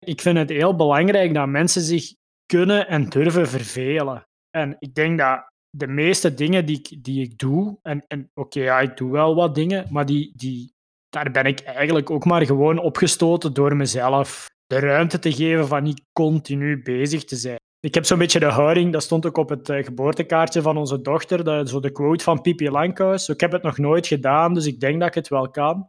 Ik vind het heel belangrijk dat mensen zich kunnen en durven vervelen. En ik denk dat de meeste dingen die ik doe, en oké, ja, ik doe wel wat dingen, maar daar ben ik eigenlijk ook maar gewoon opgestoten door mezelf de ruimte te geven van niet continu bezig te zijn. Ik heb zo'n beetje de houding, dat stond ook op het geboortekaartje van onze dochter, zo de quote van Pippi Langkous. Ik heb het nog nooit gedaan, dus ik denk dat ik het wel kan.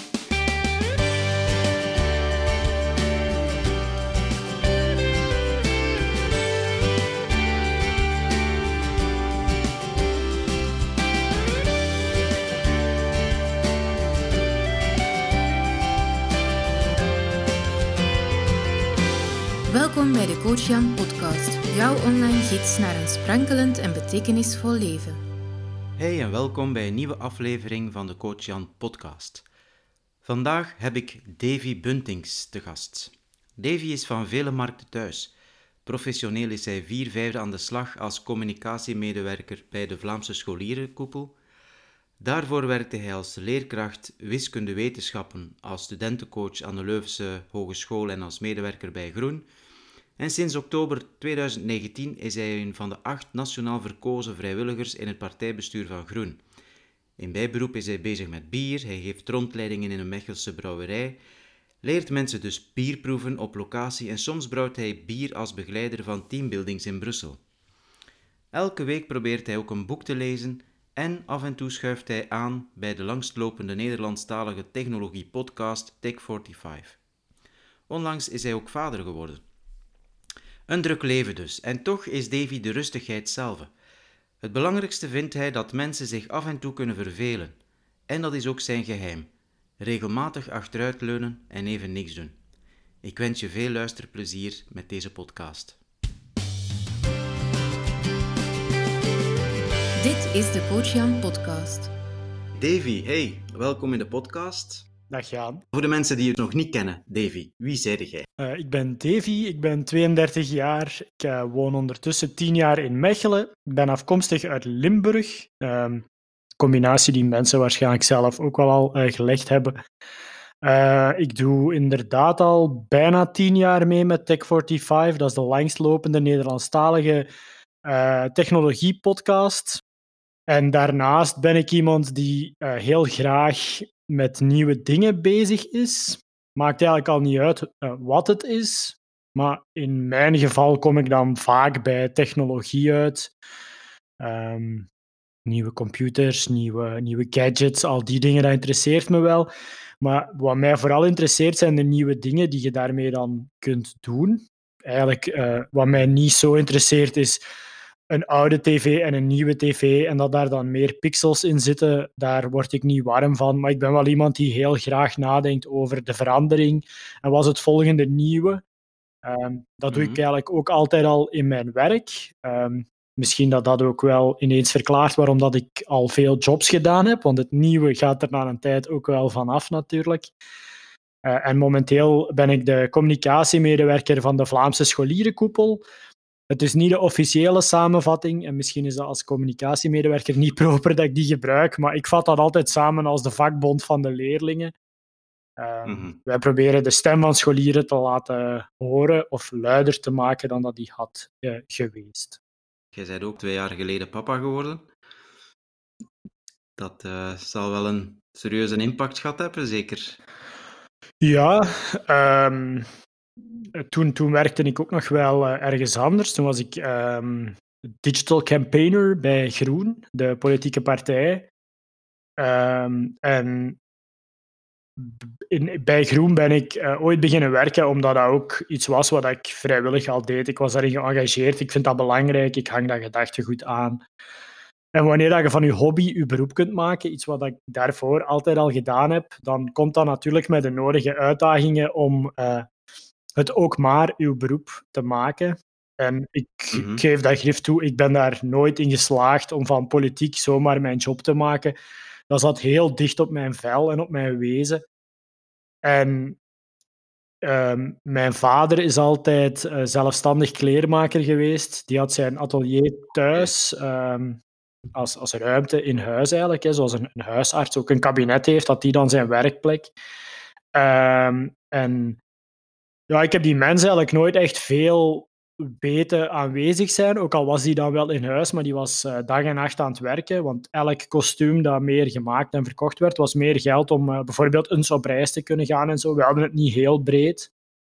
Welkom bij de Coach Jan podcast, jouw online gids naar een sprankelend en betekenisvol leven. Hey en welkom bij een nieuwe aflevering van de Coach Jan podcast. Vandaag heb ik Davy Buntings te gast. Davy is van vele markten thuis. Professioneel is hij 4/5 aan de slag als communicatiemedewerker bij de Vlaamse Scholierenkoepel. Daarvoor werkte hij als leerkracht wiskunde-wetenschappen, als studentencoach aan de Leuvense Hogeschool en als medewerker bij Groen. En sinds oktober 2019 is hij een van de 8 nationaal verkozen vrijwilligers in het partijbestuur van Groen. In bijberoep is hij bezig met bier, hij geeft rondleidingen in een Mechelse brouwerij, leert mensen dus bierproeven op locatie en soms brouwt hij bier als begeleider van teambuildings in Brussel. Elke week probeert hij ook een boek te lezen en af en toe schuift hij aan bij de langstlopende Nederlandstalige technologie-podcast Tech45. Onlangs is hij ook vader geworden. Een druk leven dus, en toch is Davy de rustigheid zelf. Het belangrijkste vindt hij dat mensen zich af en toe kunnen vervelen. En dat is ook zijn geheim. Regelmatig achteruitleunen en even niks doen. Ik wens je veel luisterplezier met deze podcast. Dit is de Coach Jan podcast. Davy, hey, welkom in de podcast. Dag Jaan. Voor de mensen die je nog niet kennen, Davy, wie zijde jij? Ik ben Davy, ik ben 32 jaar. Ik woon ondertussen 10 jaar in Mechelen. Ik ben afkomstig uit Limburg. Combinatie die mensen waarschijnlijk zelf ook wel al gelegd hebben. Ik doe inderdaad al bijna 10 jaar mee met Tech45. Dat is de langstlopende Nederlandstalige technologie-podcast. En daarnaast ben ik iemand die heel graag met nieuwe dingen bezig is. Maakt eigenlijk al niet uit wat het is. Maar in mijn geval kom ik dan vaak bij technologie uit. Nieuwe computers, nieuwe gadgets, al die dingen, dat interesseert me wel. Maar wat mij vooral interesseert zijn de nieuwe dingen die je daarmee dan kunt doen. Eigenlijk, wat mij niet zo interesseert is een oude tv en een nieuwe tv en dat daar dan meer pixels in zitten, daar word ik niet warm van. Maar ik ben wel iemand die heel graag nadenkt over de verandering en wat is het volgende nieuwe. Dat doe ik eigenlijk ook altijd al in mijn werk. Misschien dat dat ook wel ineens verklaart waarom dat ik al veel jobs gedaan heb, want het nieuwe gaat er na een tijd ook wel vanaf natuurlijk. En momenteel ben ik de communicatiemedewerker van de Vlaamse Scholierenkoepel. Het is niet de officiële samenvatting en misschien is dat als communicatiemedewerker niet proper dat ik die gebruik, maar ik vat dat altijd samen als de vakbond van de leerlingen. Wij proberen de stem van scholieren te laten horen of luider te maken dan dat die had geweest. Jij bent ook 2 jaar geleden papa geworden. Dat zal wel een serieuze impact gehad hebben, zeker? Ja, toen werkte ik ook nog wel ergens anders. Toen was ik digital campaigner bij Groen, de politieke partij. En bij Groen ben ik ooit beginnen werken, omdat dat ook iets was wat ik vrijwillig al deed. Ik was daarin geëngageerd, ik vind dat belangrijk, ik hang dat gedachtegoed aan. En wanneer je van je hobby je beroep kunt maken, iets wat ik daarvoor altijd al gedaan heb, dan komt dat natuurlijk met de nodige uitdagingen om het ook maar uw beroep te maken. En ik geef dat grif toe, ik ben daar nooit in geslaagd om van politiek zomaar mijn job te maken. Dat zat heel dicht op mijn vel en op mijn wezen. En mijn vader is altijd zelfstandig kleermaker geweest. Die had zijn atelier thuis als ruimte in huis eigenlijk. Hè, zoals een huisarts ook een kabinet heeft, had die dan zijn werkplek. En Ja, ik heb die mens eigenlijk nooit echt veel weten aanwezig zijn, ook al was die dan wel in huis, maar die was dag en nacht aan het werken, want elk kostuum dat meer gemaakt en verkocht werd, was meer geld om bijvoorbeeld eens op reis te kunnen gaan en zo. We hadden het niet heel breed.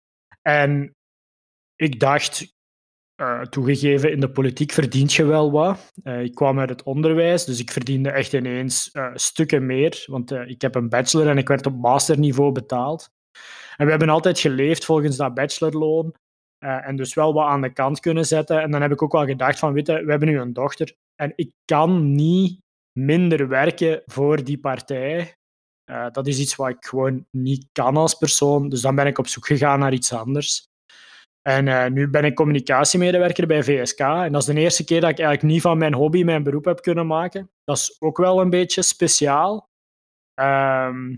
En ik dacht, toegegeven, in de politiek verdient je wel wat. Ik kwam uit het onderwijs, dus ik verdiende echt ineens stukken meer, want ik heb een bachelor en ik werd op masterniveau betaald. En we hebben altijd geleefd volgens dat bachelorloon, en dus wel wat aan de kant kunnen zetten. En dan heb ik ook wel gedacht van, weet je, we hebben nu een dochter en ik kan niet minder werken voor die partij. Dat is iets wat ik gewoon niet kan als persoon, dus dan ben ik op zoek gegaan naar iets anders. En nu ben ik communicatiemedewerker bij VSK en dat is de eerste keer dat ik eigenlijk niet van mijn hobby mijn beroep heb kunnen maken. Dat is ook wel een beetje speciaal. Ehm,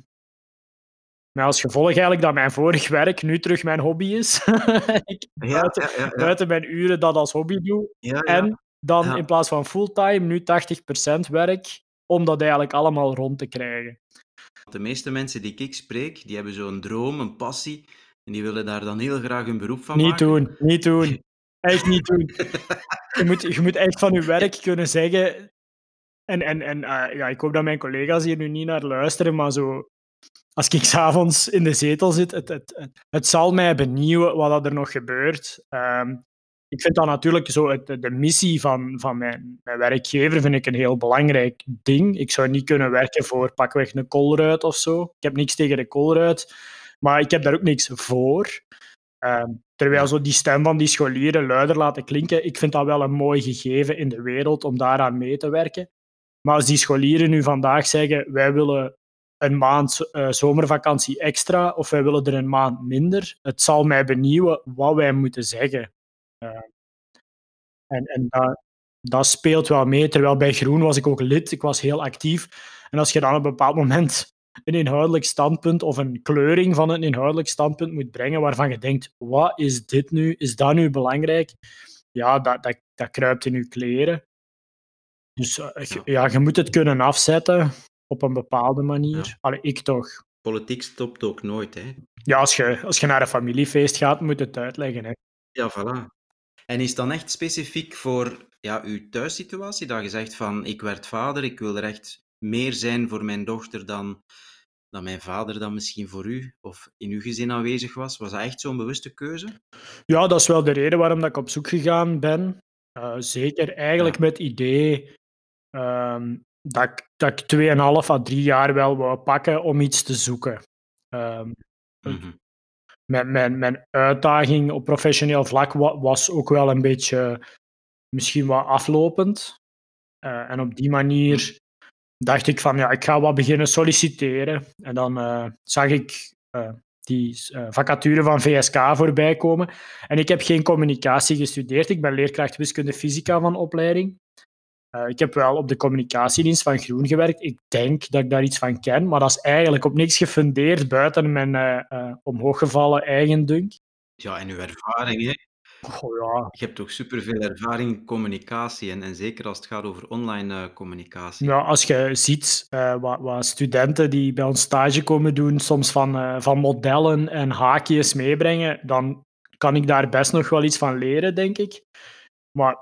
met als gevolg eigenlijk dat mijn vorig werk nu terug mijn hobby is. Ik Ja, ja, ja, ja. buiten mijn uren dat als hobby doe. Ja, ja, En dan in ja. plaats van fulltime nu 80% werk, om dat eigenlijk allemaal rond te krijgen. De meeste mensen die ik spreek, die hebben zo'n droom, een passie, en die willen daar dan heel graag een beroep van Niet maken. doen, niet doen. Echt niet doen. Je moet echt van je werk kunnen zeggen. En ja, ik hoop dat mijn collega's hier nu niet naar luisteren, maar zo, als ik 's avonds in de zetel zit, het zal mij benieuwen wat dat er nog gebeurt. Ik vind dat natuurlijk zo de missie van mijn werkgever vind ik een heel belangrijk ding. Ik zou niet kunnen werken voor pakweg een Colruyt of zo. Ik heb niks tegen de Colruyt, maar ik heb daar ook niks voor. Terwijl Ja. zo die stem van die scholieren luider laten klinken, ik vind dat wel een mooi gegeven in de wereld om daaraan mee te werken. Maar als die scholieren nu vandaag zeggen, wij willen een maand zomervakantie extra of wij willen er een maand minder, het zal mij benieuwen wat wij moeten zeggen. Uh, en dat speelt wel mee. Terwijl bij Groen was ik ook lid, ik was heel actief. En als je dan op een bepaald moment een inhoudelijk standpunt of een kleuring van een inhoudelijk standpunt moet brengen waarvan je denkt, wat is dit nu? Is dat nu belangrijk? Ja, dat kruipt in je kleren. Dus Ja. ja, je moet het kunnen afzetten op een bepaalde manier. Ja. Allee, ik toch. Politiek stopt ook nooit, hè. Ja, als je naar een familiefeest gaat, moet je het uitleggen. Hè. Ja, voilà. En is het dan echt specifiek voor ja, uw thuissituatie, dat je zegt van ik werd vader, ik wil er echt meer zijn voor mijn dochter dan mijn vader dan misschien voor u of in uw gezin aanwezig was? Was dat echt zo'n bewuste keuze? Ja, dat is wel de reden waarom dat ik op zoek gegaan ben. Zeker eigenlijk Ja. met het idee dat ik 2,5 à 3 jaar wel wou pakken om iets te zoeken. Ehm, Mhm. mijn uitdaging op professioneel vlak was ook wel een beetje misschien wat aflopend. En op die Hm. manier dacht ik van ja, ik ga wat beginnen solliciteren. En dan zag ik die vacature van VSK voorbij komen. En ik heb geen communicatie gestudeerd. Ik ben leerkracht wiskunde fysica van opleiding. Ik heb wel op de communicatiedienst van Groen gewerkt. Ik denk dat ik daar iets van ken, maar dat is eigenlijk op niks gefundeerd buiten mijn omhooggevallen eigendunk. Ja, en uw ervaring, hè? Goh, ja. Je hebt toch superveel ervaring in communicatie en zeker als het gaat over online communicatie. Ja, als je ziet wat studenten die bij ons stage komen doen, soms van modellen en haakjes meebrengen, dan kan ik daar best nog wel iets van leren, denk ik. Maar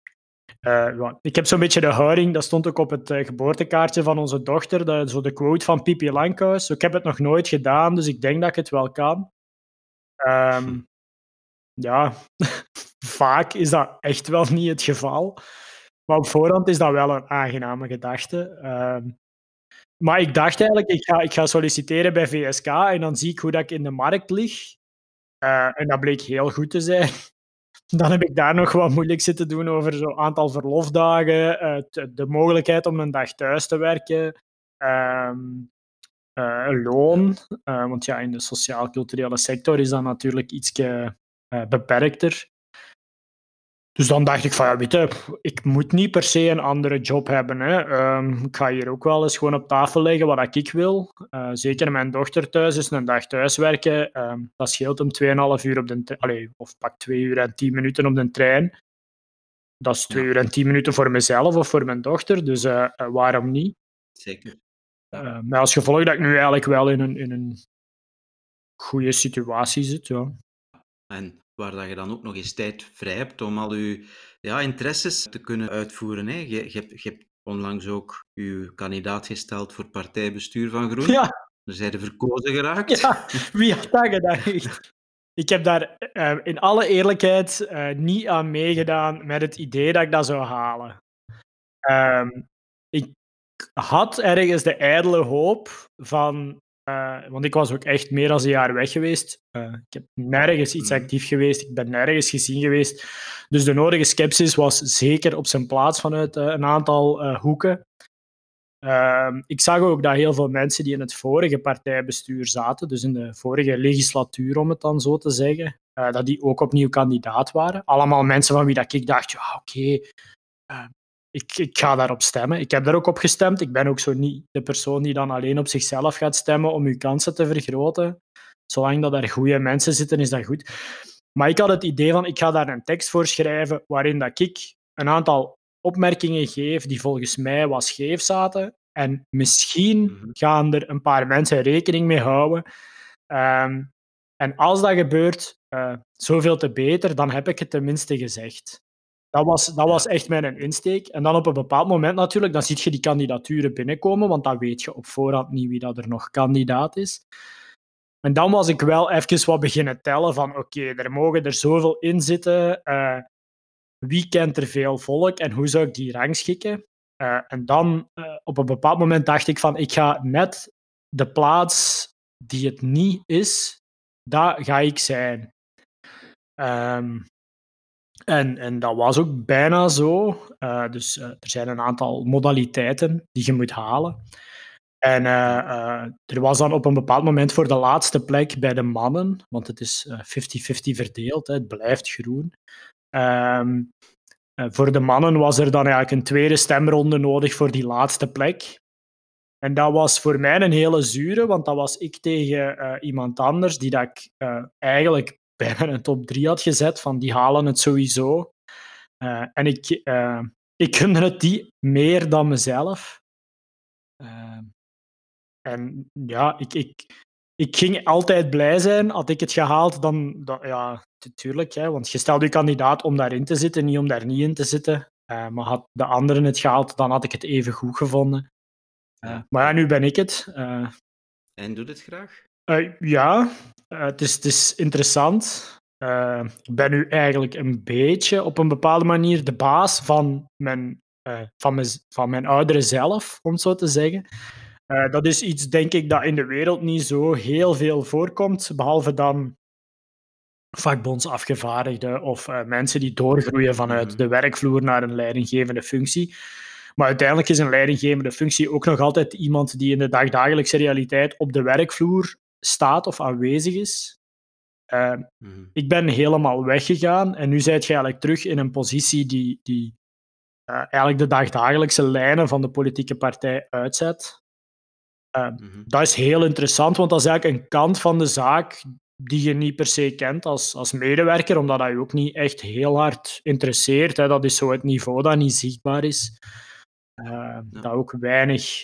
ja, ik heb zo'n beetje de houding, dat stond ook op het geboortekaartje van onze dochter, zo de quote van Pipi Langkous. Ik heb het nog nooit gedaan, dus ik denk dat ik het wel kan. Ehm, ja, vaak is dat echt wel niet het geval. Maar op voorhand is dat wel een aangename gedachte. Maar ik dacht eigenlijk, ik ga solliciteren bij VSK en dan zie ik hoe dat ik in de markt lig. En dat bleek heel goed te zijn. Dan heb ik daar nog wat moeilijk zitten doen over zo'n aantal verlofdagen, de mogelijkheid om een dag thuis te werken, ehm, loon. Want ja, in de sociaal-culturele sector is dat natuurlijk ietsje beperkter. Dus dan dacht ik van, ja, weet je, ik moet niet per se een andere job hebben. Hè. Ik ga hier ook wel eens gewoon op tafel leggen wat ik wil. Zeker mijn dochter thuis is een dag thuiswerken. Dat scheelt hem 2,5 uur op de trein. Of pak 2 uur en 10 minuten op de trein. Dat is 2 Ja, uur en 10 minuten voor mezelf of voor mijn dochter. Dus waarom niet? zeker. Ja. Met als gevolg dat ik nu eigenlijk wel in een goede situatie zit. Ja. En waar dat je dan ook nog eens tijd vrij hebt om al je interesses te kunnen uitvoeren. Hè. Je hebt onlangs ook je kandidaat gesteld voor partijbestuur van Groen. Ja, Daar zijn ze verkozen geraakt. ja, wie had dat gedacht? Ik heb daar in alle eerlijkheid niet aan meegedaan met het idee dat ik dat zou halen. Ehm, ik had ergens de ijdele hoop van... want ik was ook echt meer dan een jaar weg geweest. Ik heb nergens iets Mhm. actief geweest. Ik ben nergens gezien geweest. Dus de nodige scepsis was zeker op zijn plaats vanuit een aantal hoeken. Ik zag ook dat heel veel mensen die in het vorige partijbestuur zaten, dus in de vorige legislatuur, om het dan zo te zeggen, dat die ook opnieuw kandidaat waren. Allemaal mensen van wie dat ik dacht, ja, oké, ik ga daarop stemmen. Ik heb daar ook op gestemd. Ik ben ook zo niet de persoon die dan alleen op zichzelf gaat stemmen om uw kansen te vergroten. Zolang dat er goede mensen zitten, is dat goed. Maar ik had het idee van, ik ga daar een tekst voor schrijven waarin dat ik een aantal opmerkingen geef die volgens mij wat scheef zaten. En misschien Mhm. gaan er een paar mensen rekening mee houden. Ehm, en als dat gebeurt, zoveel te beter, dan heb ik het tenminste gezegd. Dat was Ja. echt mijn insteek. En dan op een bepaald moment natuurlijk, dan zie je die kandidaturen binnenkomen, want dan weet je op voorhand niet wie dat er nog kandidaat is. En dan was ik wel even wat beginnen tellen van oké, er mogen er zoveel in zitten. Wie kent er veel volk en hoe zou ik die rangschikken? En dan op een bepaald moment dacht ik van ik ga net de plaats die het niet is, daar ga ik zijn. Ehm, en dat was ook bijna zo. Dus er zijn een aantal modaliteiten die je moet halen. En Ja. er was dan op een bepaald moment voor de laatste plek bij de mannen, want het is 50-50 verdeeld, hè, het blijft groen. Ehm, voor de mannen was er dan eigenlijk een tweede stemronde nodig voor die laatste plek. En dat was voor mij een hele zure, want dat was ik tegen iemand anders die dat ik eigenlijk bij mijn top 3 had gezet, van die halen het sowieso. En ik gunde het die meer dan mezelf. Uh, en ja, ik ging altijd blij zijn. Had ik het gehaald, dan ja, natuurlijk. Hè, want je stelt je kandidaat om daarin te zitten, niet om daar niet in te zitten. Maar had de anderen het gehaald, dan had ik het even goed gevonden. Ja. Maar ja, nu ben ik het. En doe het graag? Ja, het is interessant. Ik ben nu eigenlijk een beetje op een bepaalde manier de baas van mijn oudere zelf, om het zo te zeggen. Dat is iets, denk ik, dat in de wereld niet zo heel veel voorkomt, behalve dan vakbondsafgevaardigden of mensen die doorgroeien vanuit Mhm. de werkvloer naar een leidinggevende functie. Maar uiteindelijk is een leidinggevende functie ook nog altijd iemand die in de dagdagelijkse realiteit op de werkvloer staat of aanwezig is. Uh, Mhm. ik ben helemaal weggegaan en nu zit je eigenlijk terug in een positie die eigenlijk de dagdagelijkse lijnen van de politieke partij uitzet. Mhm. Dat is heel interessant, want dat is eigenlijk een kant van de zaak die je niet per se kent als medewerker, omdat dat je ook niet echt heel hard interesseert. Hè. Dat is zo het niveau dat niet zichtbaar is. Ja. Dat ook weinig,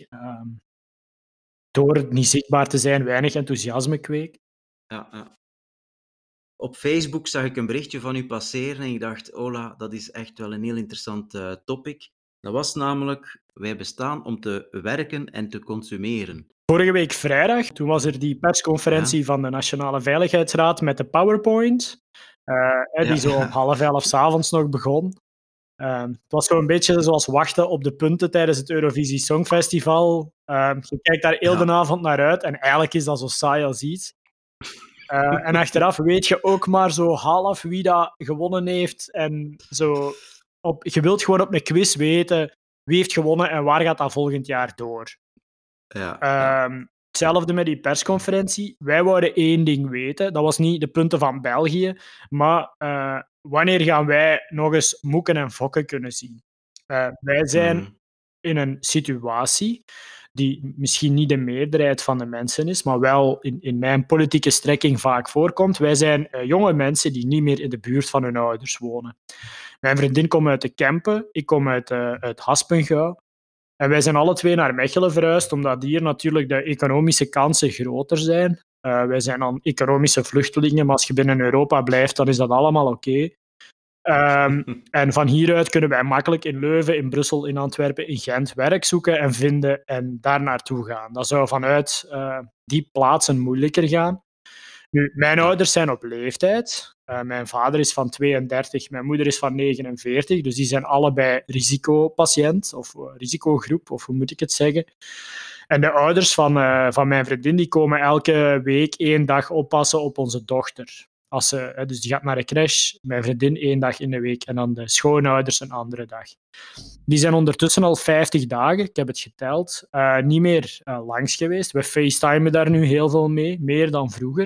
door het niet zichtbaar te zijn, weinig enthousiasme kweekt. Ja, ja. Op Facebook zag ik een berichtje van u passeren en ik dacht, Ola, dat is echt wel een heel interessant topic. Dat was namelijk, wij bestaan om te werken en te consumeren. Vorige week vrijdag, toen was er die persconferentie Ja, van de Nationale Veiligheidsraad met de PowerPoint, die ja, zo om ja, 22:30 's avonds nog begon. Het was zo'n beetje zoals wachten op de punten tijdens het Eurovisie Songfestival. Je kijkt daar heel de ja, avond naar uit en eigenlijk is dat zo saai als iets. En achteraf weet je ook maar zo half wie dat gewonnen heeft. En zo je wilt gewoon op een quiz weten wie heeft gewonnen en waar gaat dat volgend jaar door. ja, ja. Ehm, Hetzelfde met die persconferentie. Wij wouden één ding weten. Dat was niet de punten van België, maar wanneer gaan wij nog eens moeken en fokken kunnen zien? Wij zijn Mhm. in een situatie die misschien niet de meerderheid van de mensen is, maar wel in mijn politieke strekking vaak voorkomt. Wij zijn jonge mensen die niet meer in de buurt van hun ouders wonen. Mijn vriendin komt uit de Kempen, ik kom uit Haspengouw. En wij zijn alle twee naar Mechelen verhuisd, omdat hier natuurlijk de economische kansen groter zijn. Wij zijn dan economische vluchtelingen, maar als je binnen Europa blijft, dan is dat allemaal oké. En van hieruit kunnen wij makkelijk in Leuven, in Brussel, in Antwerpen, in Gent werk zoeken en vinden en daar naartoe gaan. Dat zou vanuit die plaatsen moeilijker gaan. Nu, mijn ouders zijn op leeftijd. Mijn vader is van 32, mijn moeder is van 49, dus die zijn allebei risicopatiënt of risicogroep, of hoe moet ik het zeggen. En de ouders van mijn vriendin die komen elke week 1 dag oppassen op onze dochter. Dus die gaat naar de crash, mijn vriendin 1 dag in de week en dan de schoonouders een andere dag. Die zijn ondertussen al 50 dagen, ik heb het geteld, niet meer langs geweest. We facetimen daar nu heel veel mee, meer dan vroeger.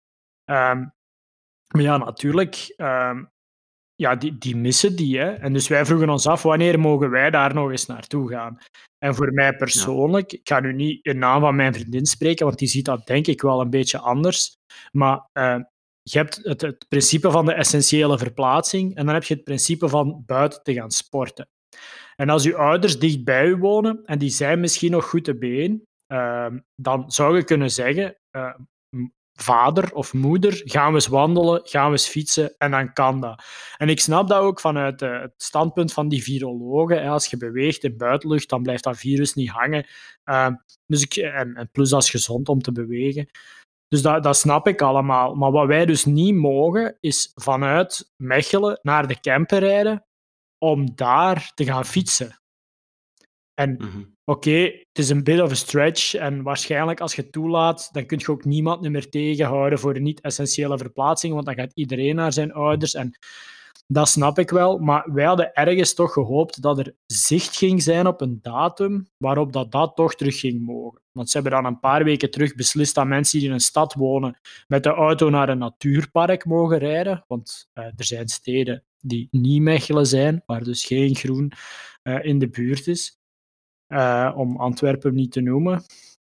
Maar ja, natuurlijk, die missen die. Hè. En dus wij vroegen ons af, wanneer mogen wij daar nog eens naartoe gaan? En voor mij persoonlijk, ik ga nu niet in naam van mijn vriendin spreken, want die ziet dat denk ik wel een beetje anders. Maar je hebt het principe van de essentiële verplaatsing en dan heb je het principe van buiten te gaan sporten. En als je ouders dicht bij je wonen en die zijn misschien nog goed te been, dan zou je kunnen zeggen, vader of moeder, gaan we eens wandelen, gaan we eens fietsen en dan kan dat. En ik snap dat ook vanuit het standpunt van die virologen. Als je beweegt in buitenlucht, dan blijft dat virus niet hangen. En plus dat is gezond om te bewegen. Dus dat snap ik allemaal. Maar wat wij dus niet mogen, is vanuit Mechelen naar de Kempen rijden om daar te gaan fietsen. En oké, het is een bit of a stretch en waarschijnlijk als je het toelaat, dan kun je ook niemand meer tegenhouden voor de niet-essentiële verplaatsing, want dan gaat iedereen naar zijn ouders en dat snap ik wel. Maar wij hadden ergens toch gehoopt dat er zicht ging zijn op een datum waarop dat toch terug ging mogen. Want ze hebben dan een paar weken terug beslist dat mensen die in een stad wonen met de auto naar een natuurpark mogen rijden, want er zijn steden die niet Mechelen zijn, waar dus geen groen in de buurt is. Om Antwerpen niet te noemen.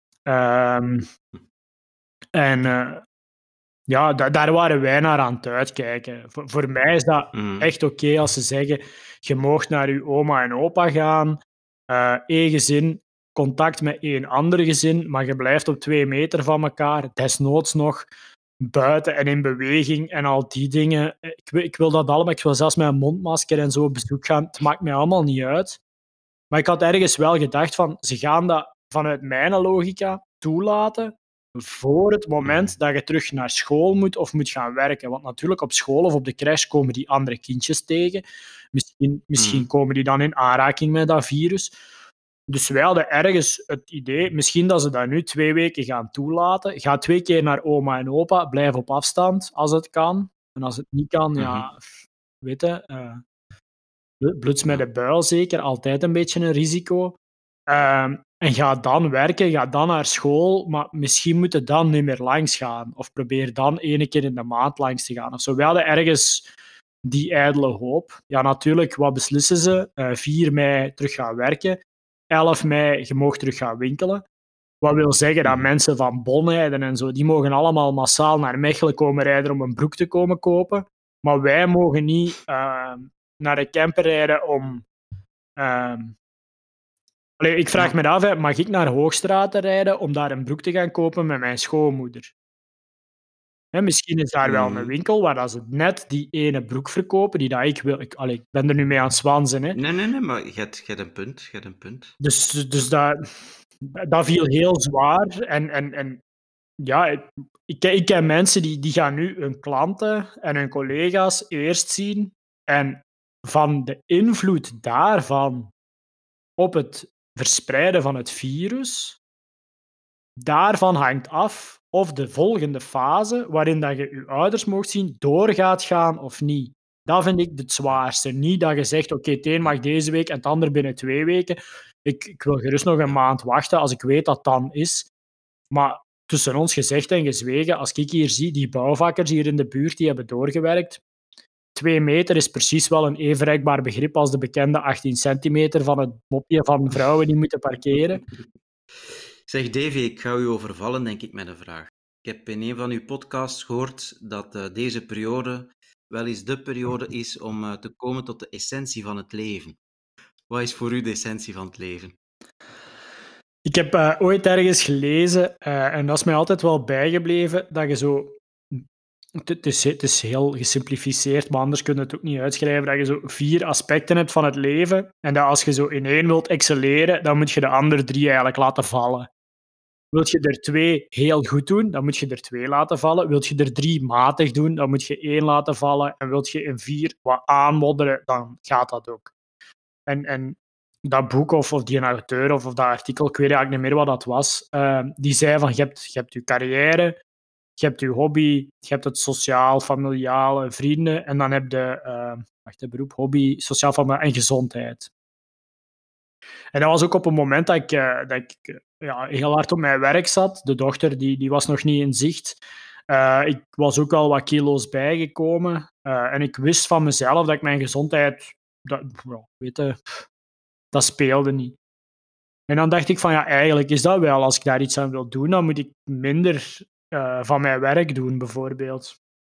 Daar waren wij naar aan het uitkijken. Voor mij is dat echt oké als ze zeggen, je mag naar je oma en opa gaan, één gezin, contact met één ander gezin, maar je blijft op 2 meter van elkaar, desnoods nog buiten en in beweging en al die dingen. Ik wil dat allemaal, ik wil zelfs met een mondmasker en zo op bezoek gaan, het maakt mij allemaal niet uit. Maar ik had ergens wel gedacht van, ze gaan dat vanuit mijn logica toelaten voor het moment dat je terug naar school moet of moet gaan werken. Want natuurlijk op school of op de crash komen die andere kindjes tegen. Misschien komen die dan in aanraking met dat virus. Dus wij hadden ergens het idee, misschien dat ze dat nu 2 weken gaan toelaten. Ga 2 keer naar oma en opa, blijf op afstand als het kan. En als het niet kan, weet je... Bloeds met de buil zeker, altijd een beetje een risico. En ga dan werken, ga dan naar school, maar misschien moet je dan niet meer langs gaan. Of probeer dan 1 keer in de maand langs te gaan. Of zo. We hadden ergens die ijdele hoop. Ja, natuurlijk, wat beslissen ze? 4 mei terug gaan werken. 11 mei, je mag terug gaan winkelen. Wat wil zeggen dat mensen van Bonheiden en zo, die mogen allemaal massaal naar Mechelen komen rijden om een broek te komen kopen. Maar wij mogen niet... naar de camper rijden om... ik vraag me af, mag ik naar Hoogstraat rijden om daar een broek te gaan kopen met mijn schoonmoeder? Misschien is daar wel een winkel waar ze net die ene broek verkopen die dat ik wil. Ik ben er nu mee aan het zwansen. Hè. Nee, maar je hebt een punt. Dus dat viel heel zwaar. En ja, ik ken mensen die gaan nu hun klanten en hun collega's eerst zien en van de invloed daarvan op het verspreiden van het virus, daarvan hangt af of de volgende fase, waarin dat je je ouders mocht zien, doorgaat gaan of niet. Dat vind ik het zwaarste. Niet dat je zegt, oké, het een mag deze week en het ander binnen 2 weken. Ik wil gerust nog een maand wachten als ik weet dat het dan is. Maar tussen ons gezegd en gezwegen, als ik hier zie, die bouwvakkers hier in de buurt, die hebben doorgewerkt. 2 meter is precies wel een evenrekbaar begrip als de bekende 18 centimeter van het mopje van vrouwen die moeten parkeren. Zeg Davy, ik ga u overvallen, denk ik, met een vraag. Ik heb in een van uw podcasts gehoord dat deze periode wel eens de periode is om te komen tot de essentie van het leven. Wat is voor u de essentie van het leven? Ik heb ooit ergens gelezen, en dat is mij altijd wel bijgebleven, dat je zo... Het is heel gesimplificeerd, maar anders kun je het ook niet uitschrijven, dat je zo 4 aspecten hebt van het leven en dat als je zo in één wilt excelleren, dan moet je de andere 3 eigenlijk laten vallen. Wilt je er 2 heel goed doen, dan moet je er 2 laten vallen. Wilt je er 3 matig doen, dan moet je 1 laten vallen. En wilt je in 4 wat aanmodderen, dan gaat dat ook. En dat boek of die auteur of dat artikel, ik weet eigenlijk niet meer wat dat was, die zei van je hebt je carrière, je hebt je hobby, je hebt het sociaal, familiaal, vrienden en dan heb je beroep, hobby, sociaal, familiaal en gezondheid. En dat was ook op een moment dat ik heel hard op mijn werk zat. De dochter die was nog niet in zicht. Ik was ook al wat kilo's bijgekomen. En ik wist van mezelf dat ik mijn gezondheid... Dat speelde niet. En dan dacht ik van ja, eigenlijk is dat wel. Als ik daar iets aan wil doen, dan moet ik minder van mijn werk doen, bijvoorbeeld.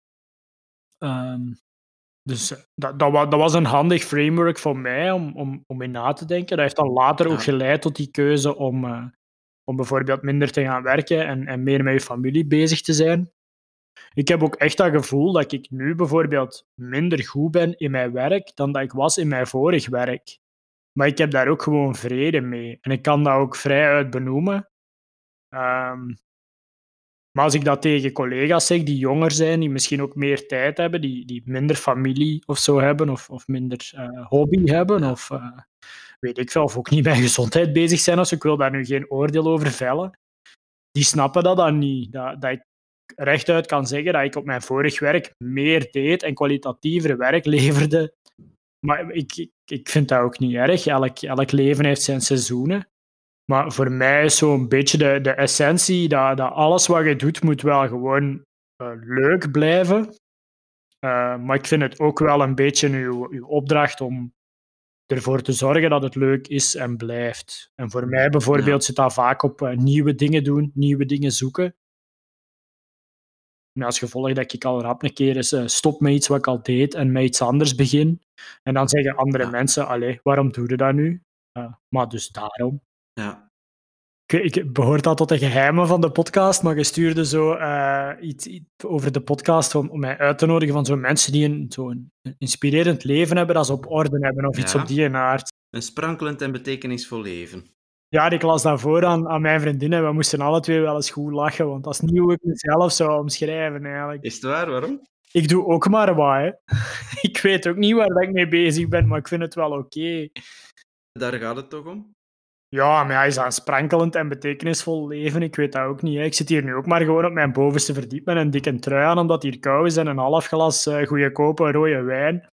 Dus dat was een handig framework voor mij om in na te denken. Dat heeft dan later ook geleid tot die keuze om bijvoorbeeld minder te gaan werken en meer met je familie bezig te zijn. Ik heb ook echt dat gevoel dat ik nu bijvoorbeeld minder goed ben in mijn werk dan dat ik was in mijn vorig werk. Maar ik heb daar ook gewoon vrede mee. En ik kan dat ook vrijuit benoemen. Ehm, Maar als ik dat tegen collega's zeg die jonger zijn, die misschien ook meer tijd hebben, die minder familie of zo hebben, of minder hobby hebben, of weet ik veel, of ook niet met gezondheid bezig zijn, ik wil daar nu geen oordeel over vellen, die snappen dat dan niet. Dat ik rechtuit kan zeggen dat ik op mijn vorig werk meer deed en kwalitatiever werk leverde. Maar ik vind dat ook niet erg. Elk leven heeft zijn seizoenen. Maar voor mij is zo'n beetje de essentie dat alles wat je doet, moet wel gewoon leuk blijven. Maar ik vind het ook wel een beetje uw opdracht om ervoor te zorgen dat het leuk is en blijft. En voor mij bijvoorbeeld zit dat vaak op nieuwe dingen doen, nieuwe dingen zoeken. Met als gevolg dat ik al rap een keer eens stop met iets wat ik al deed en met iets anders begin. En dan zeggen andere mensen, allee, waarom doe je dat nu? Maar dus daarom. Ja. Ik behoort dat tot de geheimen van de podcast, maar je stuurde zo iets over de podcast om mij uit te nodigen van zo'n mensen die zo'n inspirerend leven hebben, dat ze op orde hebben of iets op die aard. Een sprankelend en betekenisvol leven. Ja, ik las dat voor aan mijn vriendin en we moesten alle twee wel eens goed lachen, want dat is niet hoe ik mezelf zou omschrijven eigenlijk. Is het waar? Waarom? Ik doe ook maar wat, hè. Ik weet ook niet waar ik mee bezig ben, maar ik vind het wel oké. Daar gaat het toch om? Ja, maar hij is aan sprankelend en betekenisvol leven. Ik weet dat ook niet. Hè. Ik zit hier nu ook maar gewoon op mijn bovenste verdiep met een dikke trui aan, omdat hier kou is en een half glas goedkope rode wijn.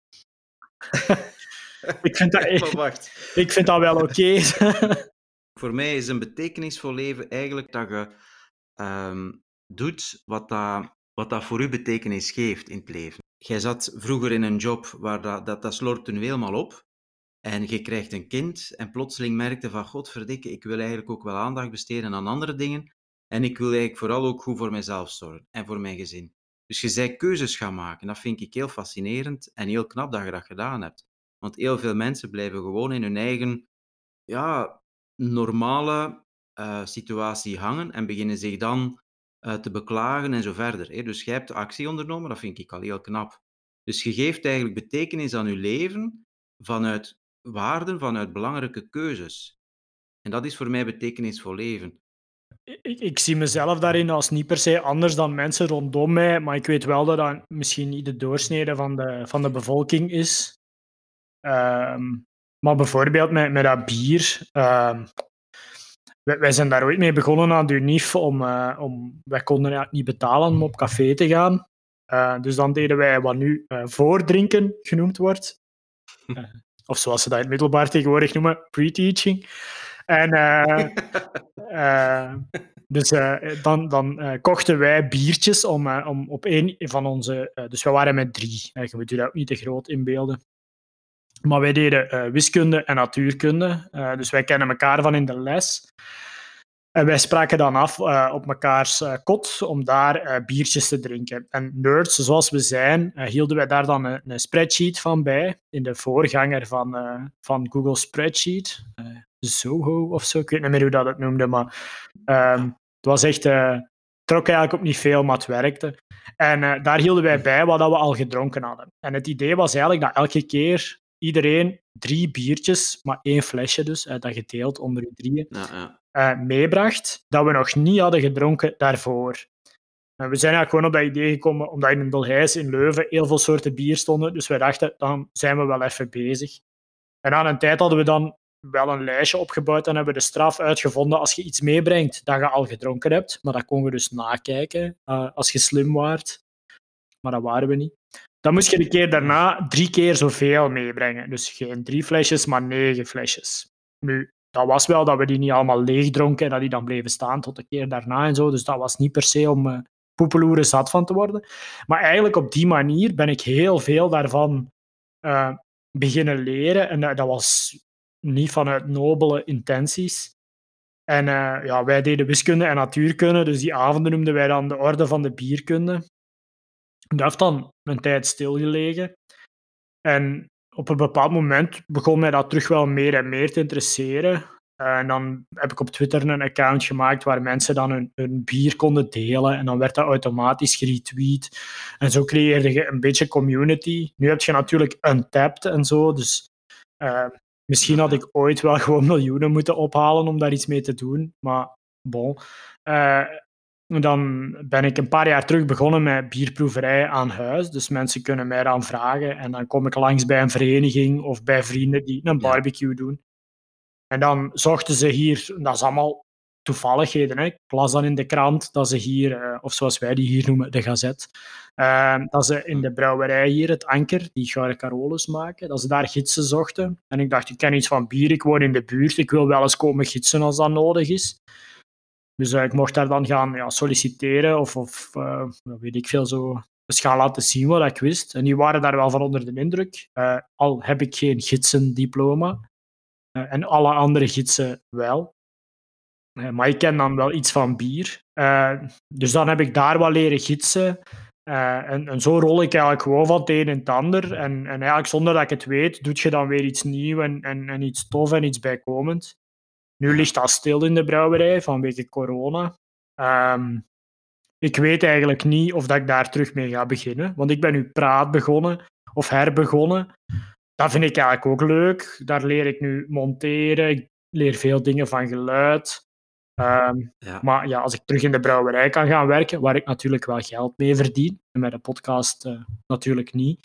ik vind dat wel oké. Voor mij is een betekenisvol leven eigenlijk dat je doet wat dat voor u betekenis geeft in het leven. Jij zat vroeger in een job waar dat slort nu helemaal op. En je krijgt een kind en plotseling merkte van godverdikke, ik wil eigenlijk ook wel aandacht besteden aan andere dingen. En ik wil eigenlijk vooral ook goed voor mezelf zorgen en voor mijn gezin. Dus je bent keuzes gaan maken. Dat vind ik heel fascinerend en heel knap dat je dat gedaan hebt. Want heel veel mensen blijven gewoon in hun eigen normale situatie hangen en beginnen zich dan te beklagen en zo verder. Hè. Dus jij hebt actie ondernomen, dat vind ik al heel knap. Dus je geeft eigenlijk betekenis aan je leven vanuit waarden, vanuit belangrijke keuzes. En dat is voor mij betekenisvol leven. Ik zie mezelf daarin als niet per se anders dan mensen rondom mij, maar ik weet wel dat dat misschien niet de doorsnede van de bevolking is. Maar bijvoorbeeld met dat bier. Wij zijn daar ooit mee begonnen aan de UNIF wij konden eigenlijk niet betalen om op café te gaan. Dus dan deden wij wat nu voordrinken genoemd wordt. Of zoals ze dat in het middelbaar tegenwoordig noemen, pre-teaching. En dus dan kochten wij biertjes om op een van onze... dus we waren met 3. Je moet je dat ook niet te groot inbeelden. Maar wij deden wiskunde en natuurkunde. Dus wij kennen elkaar van in de les. En wij spraken dan af op mekaars kot om daar biertjes te drinken. En nerds, zoals we zijn, hielden wij daar dan een spreadsheet van bij. In de voorganger van Google Spreadsheet. Zoho of zo. Ik weet niet meer hoe dat het noemde, maar het was echt... trok eigenlijk op niet veel, maar het werkte. En daar hielden wij bij wat we al gedronken hadden. En het idee was eigenlijk dat elke keer iedereen 3 biertjes, maar 1 flesje dus, dat gedeeld onder de 3, meebracht, dat we nog niet hadden gedronken daarvoor. En we zijn eigenlijk gewoon op dat idee gekomen, omdat in Dolhijs in Leuven heel veel soorten bier stonden, dus wij dachten, dan zijn we wel even bezig. En aan een tijd hadden we dan wel een lijstje opgebouwd en hebben we de straf uitgevonden als je iets meebrengt dat je al gedronken hebt. Maar dat konden we dus nakijken als je slim waart. Maar dat waren we niet. Dan moest je de keer daarna 3 keer zoveel meebrengen. Dus geen 3 flesjes, maar 9 flesjes. Nu, dat was wel dat we die niet allemaal leeg dronken en dat die dan bleven staan tot de keer daarna en zo. Dus dat was niet per se om poepeloeren zat van te worden. Maar eigenlijk op die manier ben ik heel veel daarvan beginnen leren. En dat was niet vanuit nobele intenties. En wij deden wiskunde en natuurkunde, dus die avonden noemden wij dan de orde van de bierkunde. Dat heeft dan een tijd stilgelegen. En op een bepaald moment begon mij dat terug wel meer en meer te interesseren. En dan heb ik op Twitter een account gemaakt waar mensen dan hun bier konden delen. En dan werd dat automatisch geretweet. En zo creëerde je een beetje community. Nu heb je natuurlijk Untappd en zo. Dus misschien had ik ooit wel gewoon miljoenen moeten ophalen om daar iets mee te doen. Maar bon. Dan ben ik een paar jaar terug begonnen met bierproeverij aan huis. Dus mensen kunnen mij dan vragen. En dan kom ik langs bij een vereniging of bij vrienden die een barbecue doen. En dan zochten ze hier, dat is allemaal toevalligheden. Hè. Ik las dan in de krant dat ze hier, of zoals wij die hier noemen, de Gazet, dat ze in de brouwerij hier, het Anker, die Gouden Carolus maken, dat ze daar gidsen zochten. En ik dacht, ik ken iets van bier, ik woon in de buurt, ik wil wel eens komen gidsen als dat nodig is. Dus ik mocht daar dan gaan solliciteren of weet ik veel, zo eens gaan laten zien wat ik wist. En die waren daar wel van onder de indruk. Al heb ik geen gidsendiploma. En alle andere gidsen wel. Maar ik ken dan wel iets van bier. Dus dan heb ik daar wat leren gidsen. En zo rol ik eigenlijk gewoon van het een en het ander. En eigenlijk zonder dat ik het weet, doe je dan weer iets nieuws en iets tof en iets bijkomend. Nu ligt dat stil in de brouwerij vanwege corona. Ik weet eigenlijk niet of dat ik daar terug mee ga beginnen. Want ik ben nu praat begonnen of herbegonnen. Dat vind ik eigenlijk ook leuk. Daar leer ik nu monteren. Ik leer veel dingen van geluid. Maar ja, als ik terug in de brouwerij kan gaan werken, waar ik natuurlijk wel geld mee verdien, en met de podcast natuurlijk niet.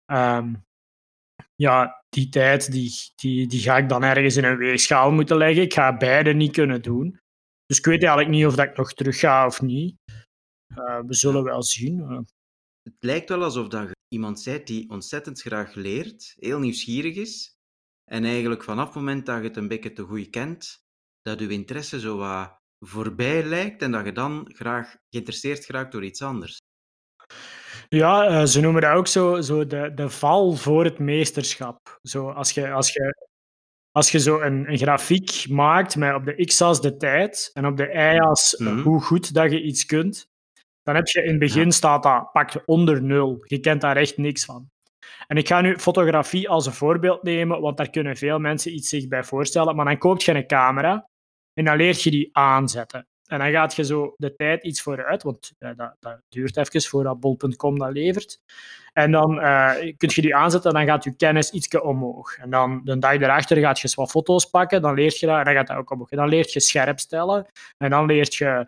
Die tijd die ga ik dan ergens in een weegschaal moeten leggen. Ik ga beide niet kunnen doen. Dus ik weet eigenlijk niet of dat ik nog terug ga of niet. We zullen wel zien. Het lijkt wel alsof dat je iemand bent die ontzettend graag leert, heel nieuwsgierig is, en eigenlijk vanaf het moment dat je het een beetje te goed kent, dat je interesse zo wat voorbij lijkt en dat je dan graag geïnteresseerd geraakt door iets anders. Ja, ze noemen dat ook zo de val voor het meesterschap. Zo, als je zo een grafiek maakt met op de x-as de tijd en op de y-as hoe goed dat je iets kunt, dan heb je in het begin staat dat pakt onder 0. Je kent daar echt niks van. En ik ga nu fotografie als een voorbeeld nemen, want daar kunnen veel mensen iets zich bij voorstellen. Maar dan koop je een camera en dan leer je die aanzetten. En dan gaat je zo de tijd iets vooruit, want dat duurt even voordat bol.com dat levert. En dan kun je die aanzetten en dan gaat je kennis ietsje omhoog. En dan de dag erachter gaat je wat foto's pakken, dan leer je dat en dan gaat dat ook omhoog. En dan leer je scherp stellen en dan leer je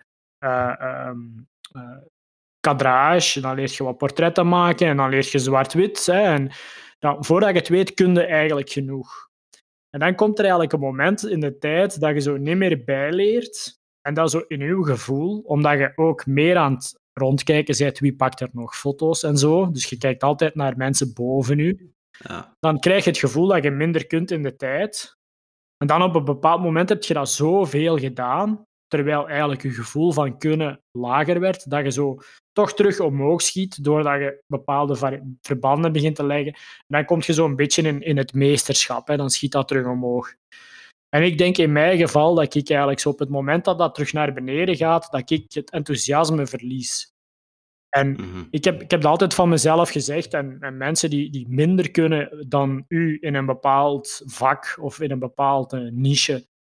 kadrage, dan leer je wat portretten maken en dan leer je zwart-wit. En dan, voordat je het weet, kun je eigenlijk genoeg. En dan komt er eigenlijk een moment in de tijd dat je zo niet meer bijleert. En dat zo in je gevoel, omdat je ook meer aan het rondkijken bent, wie pakt er nog foto's en zo. Dus je kijkt altijd naar mensen boven je. Ja. Dan krijg je het gevoel dat je minder kunt in de tijd. En dan op een bepaald moment heb je dat zoveel gedaan, terwijl eigenlijk je gevoel van kunnen lager werd, dat je zo toch terug omhoog schiet, doordat je bepaalde verbanden begint te leggen. En dan kom je zo een beetje in het meesterschap. Hè. Dan schiet dat terug omhoog. En ik denk in mijn geval dat ik eigenlijk zo op het moment dat dat terug naar beneden gaat, dat ik het enthousiasme verlies. En ik heb dat altijd van mezelf gezegd. En mensen die minder kunnen dan u in een bepaald vak of in een bepaalde niche,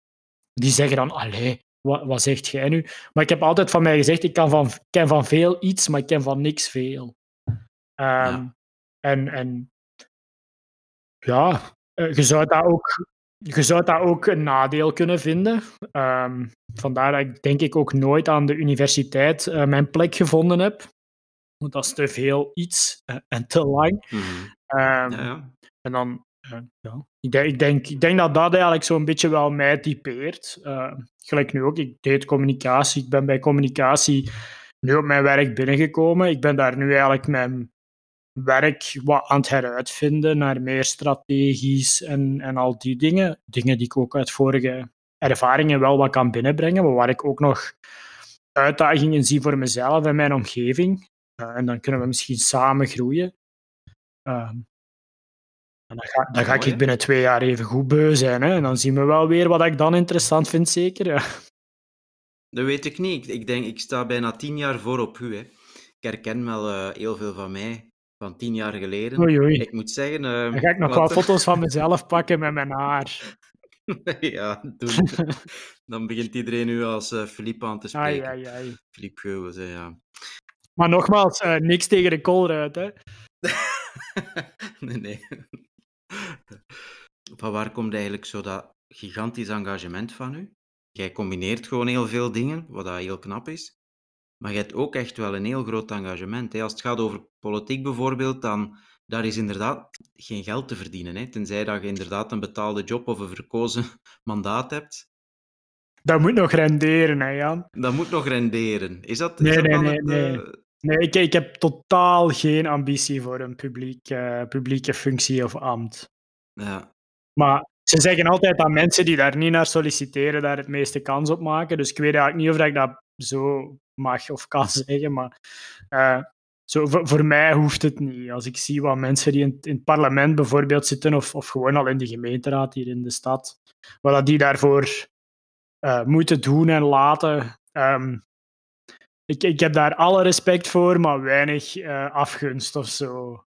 die zeggen dan, allee, wat zegt jij nu? Maar ik heb altijd van mij gezegd, ik ken van veel iets, maar ik ken van niks veel. Ehm, Ja. en ja, je zou dat ook een nadeel kunnen vinden. Vandaar dat ik denk ik ook nooit aan de universiteit mijn plek gevonden heb. Want dat is te veel iets en te lang. Mhm. Ja, Ehm, ja. en dan, ja, ik denk dat dat eigenlijk zo'n beetje wel mij typeert. Gelijk nu ook, ik deed communicatie. Ik ben bij communicatie nu op mijn werk binnengekomen. Ik ben daar nu eigenlijk mijn werk wat aan het heruitvinden naar meer strategisch en al die dingen. Dingen die ik ook uit vorige ervaringen wel wat kan binnenbrengen, maar waar ik ook nog uitdagingen zie voor mezelf en mijn omgeving. En dan kunnen we misschien samen groeien. Ehm, en dan ga Mooi, ik hè? binnen 2 jaar even goed beu zijn. Hè? En dan zien we wel weer wat ik dan interessant vind, zeker. Ja. Dat weet ik niet. Ik denk, ik sta bijna 10 jaar voor op u, hè. Ik herken wel heel veel van mij, van 10 jaar geleden. Oei, oei. Ik moet zeggen, Dan ga ik nog wel wat... foto's van mezelf pakken met mijn haar. Ja, doen. Dan begint iedereen nu als Philippe aan te Ai, spreken. ai, ai. Philippe Geuwens, hè, ja. Maar nogmaals, niks tegen de Colruyt, hè. Nee, nee. Van waar komt eigenlijk zo dat gigantisch engagement van u? Jij combineert gewoon heel veel dingen, wat dat heel knap is. Maar je hebt ook echt wel een heel groot engagement. Hè. Als het gaat over politiek bijvoorbeeld, dan daar is inderdaad geen geld te verdienen. Hè. Tenzij dat je inderdaad een betaalde job of een verkozen mandaat hebt. Dat moet nog renderen, hè, Jan. Dat moet nog renderen. Is Nee, dat nee, dan nee, het... nee. Nee, ik heb totaal geen ambitie voor een publieke functie of ambt. Ja. Maar ze zeggen altijd dat mensen die daar niet naar solliciteren, daar het meeste kans op maken. Dus ik weet eigenlijk niet of dat ik dat zo mag of kan zeggen, maar zo voor mij hoeft het niet. Als ik zie wat mensen die in het parlement bijvoorbeeld zitten, of gewoon al in de gemeenteraad hier in de stad, wat die daarvoor moeten doen en laten. Ik heb daar alle respect voor, maar weinig afgunst of zo.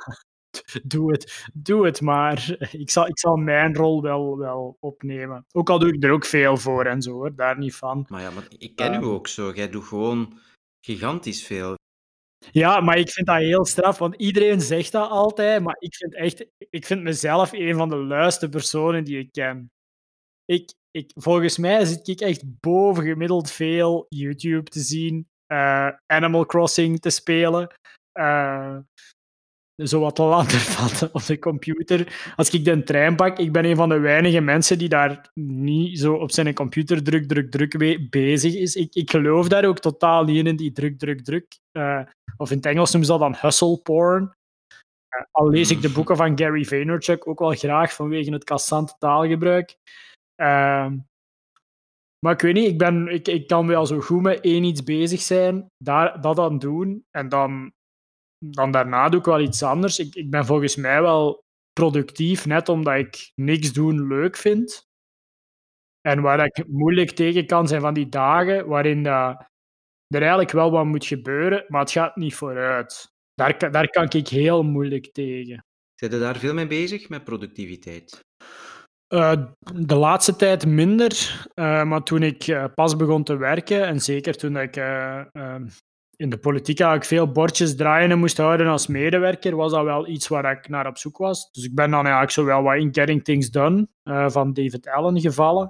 Doe het maar. Ik zal mijn rol wel opnemen. Ook al doe ik er ook veel voor en zo, hoor, daar niet van. Maar ja, maar ik ken u Ehm, ook zo. Jij doet gewoon gigantisch veel. ja, maar ik vind dat heel straf, want iedereen zegt dat altijd, maar ik vind mezelf een van de luiste personen die ik ken. Volgens mij zit ik echt bovengemiddeld veel YouTube te zien, Animal Crossing te spelen, eh, zo wat te laten vatten op de computer. Als ik de trein pak, ik ben een van de weinige mensen die daar niet zo op zijn computer druk bezig is. Ik geloof daar ook totaal niet in die druk. Of in het Engels noemen ze dat dan hustle porn. Al lees ik de Mhm. boeken van Gary Vaynerchuk ook wel graag vanwege het cassante taalgebruik. Ehm, maar ik weet niet, ik kan wel zo goed met één iets bezig zijn, dat dan doen, en dan daarna doe ik wel iets anders. Ik ben volgens mij wel productief, net omdat ik niks doen leuk vind. En waar ik moeilijk tegen kan, zijn van die dagen waarin er eigenlijk wel wat moet gebeuren, maar het gaat niet vooruit. Daar kan ik heel moeilijk tegen. Zijn je daar veel mee bezig, met productiviteit? De laatste tijd minder, maar toen ik pas begon te werken en zeker toen ik in de politiek eigenlijk veel bordjes draaien en moest houden als medewerker, was dat wel iets waar ik naar op zoek was. Dus ik ben dan eigenlijk zo wel wat in Getting Things Done van David Allen gevallen.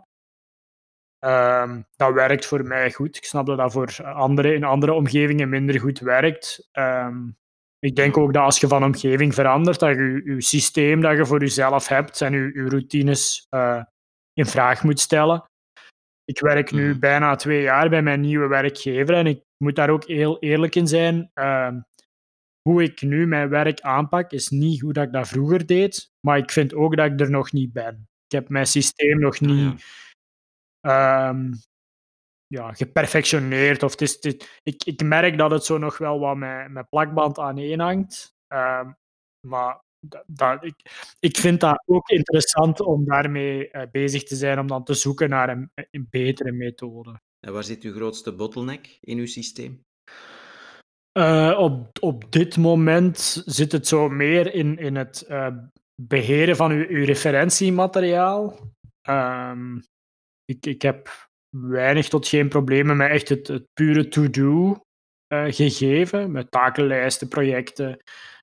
Dat werkt voor mij goed. Ik snap dat dat voor anderen in andere omgevingen minder goed werkt. Ik denk Ja. ook dat als je van omgeving verandert, dat je systeem dat je voor jezelf hebt en je routines in vraag moet stellen. Ik werk nu Mhm. bijna 2 jaar bij mijn nieuwe werkgever en ik moet daar ook heel eerlijk in zijn. Hoe ik nu mijn werk aanpak, is niet hoe dat ik dat vroeger deed, maar ik vind ook dat ik er nog niet ben. Ik heb mijn systeem nog Ah ja. niet ehm, ja, geperfectioneerd. Of ik merk dat het zo nog wel wat met plakband aaneen hangt. Maar ik vind dat ook interessant om daarmee bezig te zijn, om dan te zoeken naar een betere methode. En waar zit uw grootste bottleneck in uw systeem? Op dit moment zit het zo meer in het beheren van uw referentiemateriaal. Ehm, Ik heb weinig tot geen problemen met echt het pure to-do gegeven, met takenlijsten, projecten.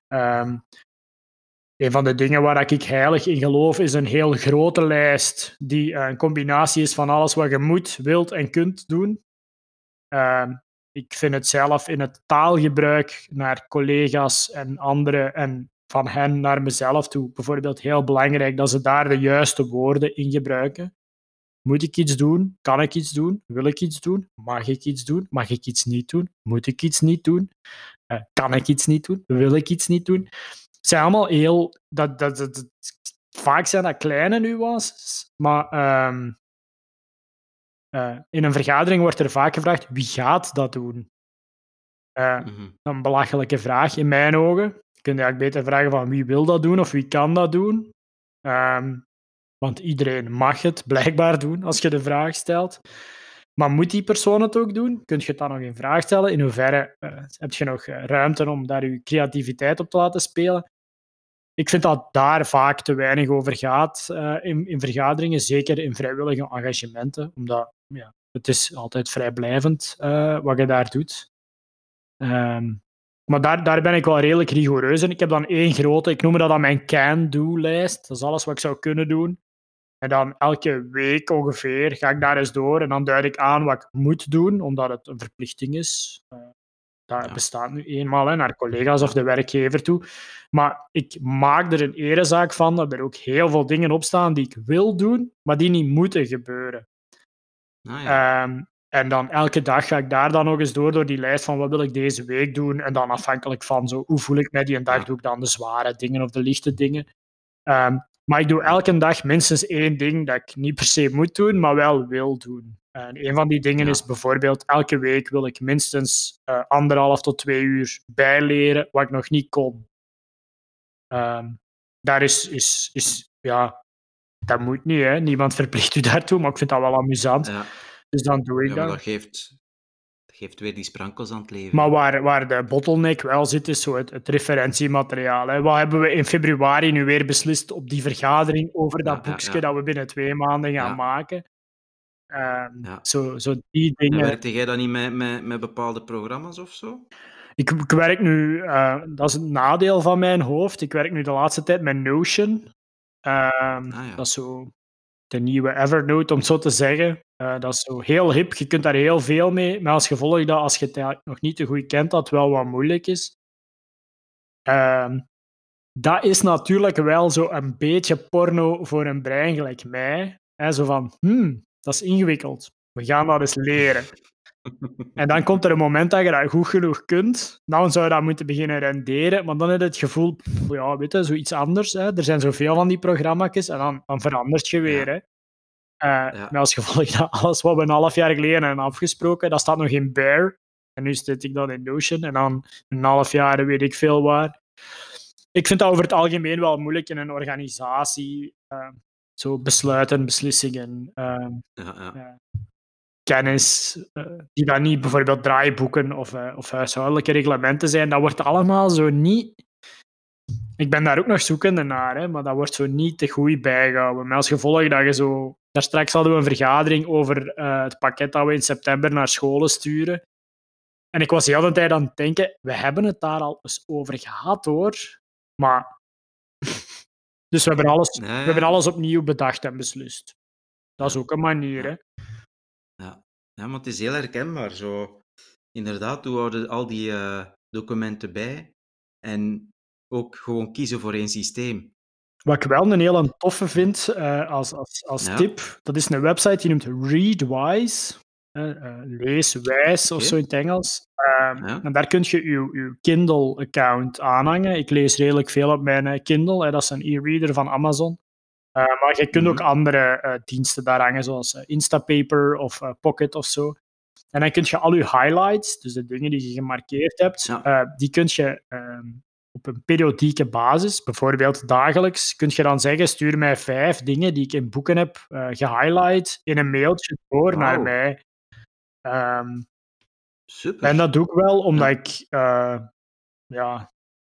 Een van de dingen waar ik heilig in geloof is een heel grote lijst die een combinatie is van alles wat je moet, wilt en kunt doen. Ik vind het zelf in het taalgebruik naar collega's en anderen en van hen naar mezelf toe bijvoorbeeld heel belangrijk dat ze daar de juiste woorden in gebruiken. Moet ik iets doen? Kan ik iets doen? Wil ik iets doen? Mag ik iets doen? Mag ik iets niet doen? Moet ik iets niet doen? Kan ik iets niet doen? Wil ik iets niet doen? Het zijn allemaal heel... vaak zijn dat kleine nuances, maar in een vergadering wordt er vaak gevraagd wie gaat dat doen? Een belachelijke vraag in mijn ogen. Je kunt eigenlijk beter vragen van wie wil dat doen of wie kan dat doen. Want iedereen mag het blijkbaar doen als je de vraag stelt. Maar moet die persoon het ook doen? Kun je het dan nog in vraag stellen? In hoeverre heb je nog ruimte om daar je creativiteit op te laten spelen? Ik vind dat daar vaak te weinig over gaat in vergaderingen, zeker in vrijwillige engagementen, omdat het is altijd vrijblijvend wat je daar doet. Maar daar ben ik wel redelijk rigoureus in. Ik heb dan één grote, ik noem dat dan mijn can-do-lijst. Dat is alles wat ik zou kunnen doen. En dan elke week ongeveer ga ik daar eens door en dan duid ik aan wat ik moet doen, omdat het een verplichting is. Dat bestaat nu eenmaal naar collega's of de werkgever toe. Maar ik maak er een erezaak van dat er ook heel veel dingen op staan die ik wil doen, maar die niet moeten gebeuren. En dan elke dag ga ik daar dan nog eens door die lijst van wat wil ik deze week doen. En dan afhankelijk van hoe voel ik mij die een dag, doe ik dan de zware dingen of de lichte dingen. Maar ik doe elke dag minstens één ding dat ik niet per se moet doen, maar wel wil doen. En een van die dingen is bijvoorbeeld elke week wil ik minstens 1,5 tot 2 uur bijleren wat ik nog niet kon. Daar is dat moet niet, hè. Niemand verplicht u daartoe, maar ik vind dat wel amusant. Dus dan doe ik dat. Dat geeft weer die sprankels aan het leven. Maar waar de bottleneck wel zit, is zo het referentiemateriaal. Hè. Wat hebben we in februari nu weer beslist op die vergadering over dat boekje dat we binnen 2 maanden gaan maken? Zo die dingen. En werkte jij dan niet met bepaalde programma's of zo? Ik werk nu, dat is het nadeel van mijn hoofd, ik werk nu de laatste tijd met Notion. Dat is zo de nieuwe Evernote, om het zo te zeggen. Dat is zo heel hip, je kunt daar heel veel mee, maar als gevolg dat als je het nog niet te goed kent, dat wel wat moeilijk is. Dat is natuurlijk wel zo een beetje porno voor een brein gelijk mij. Zo van, dat is ingewikkeld. We gaan dat eens leren. En dan komt er een moment dat je dat goed genoeg kunt. Dan zou je dat moeten beginnen renderen. Maar dan heb je het gevoel, weet je, zoiets anders. Hè. Er zijn zoveel van die programma's en dan verandert je weer. Hè. Maar als gevolg dat alles wat we een half jaar geleden hebben afgesproken, dat staat nog in Bear. En nu zit ik dan in Notion. En dan een half jaar weet ik veel waar. Ik vind dat over het algemeen wel moeilijk in een organisatie. Zo besluiten, beslissingen. Kennis, die dan niet bijvoorbeeld draaiboeken of huishoudelijke reglementen zijn, dat wordt allemaal zo niet... Ik ben daar ook nog zoekende naar, hè, maar dat wordt zo niet te goed bijgehouden. Maar als gevolg dat je zo... Daar straks hadden we een vergadering over het pakket dat we in september naar scholen sturen. En ik was de hele tijd aan het denken, we hebben het daar al eens over gehad, hoor. Maar... Dus we hebben alles opnieuw bedacht en beslist. Dat is ook een manier, hè. Ja, maar het is heel herkenbaar. Zo. Inderdaad, we houden al die documenten bij en ook gewoon kiezen voor één systeem. Wat ik wel een hele toffe vind als tip, dat is een website die noemt Readwise. Leeswijs of zo in het Engels. En daar kun je je Kindle-account aanhangen. Ik lees redelijk veel op mijn Kindle. Dat is een e-reader van Amazon. Maar je kunt ook andere diensten daar hangen, zoals Instapaper of Pocket of zo. En dan kun je al je highlights, dus de dingen die je gemarkeerd hebt, die kun je op een periodieke basis, bijvoorbeeld dagelijks, kun je dan zeggen, stuur mij 5 dingen die ik in boeken heb gehighlight in een mailtje door naar mij. Super. En dat doe ik wel, omdat ik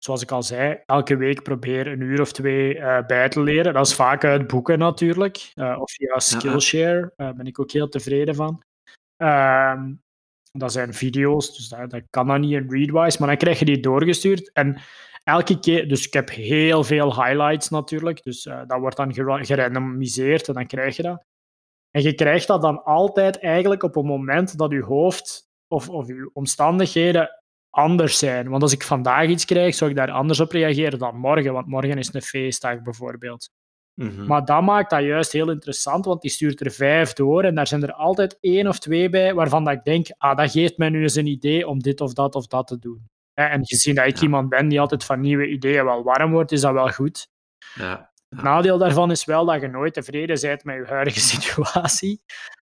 zoals ik al zei, elke week probeer 1 uur of 2 bij te leren. Dat is vaak uit boeken natuurlijk, of via Skillshare, ben ik ook heel tevreden van. Ehm, Dat zijn video's, dus dat kan dan niet in Readwise, maar dan krijg je die doorgestuurd. En elke keer, dus ik heb heel veel highlights natuurlijk, dus dat wordt dan gerandomiseerd en dan krijg je dat. En je krijgt dat dan altijd eigenlijk op het moment dat je hoofd of je omstandigheden anders zijn. Want als ik vandaag iets krijg, zou ik daar anders op reageren dan morgen, want morgen is een feestdag bijvoorbeeld. Maar dat maakt dat juist heel interessant, want die stuurt er 5 door en daar zijn er altijd 1 of 2 bij waarvan dat ik denk, dat geeft mij nu eens een idee om dit of dat te doen. En gezien dat ik iemand ben die altijd van nieuwe ideeën wel warm wordt, is dat wel goed. Ja. Het nadeel daarvan is wel dat je nooit tevreden bent met je huidige situatie.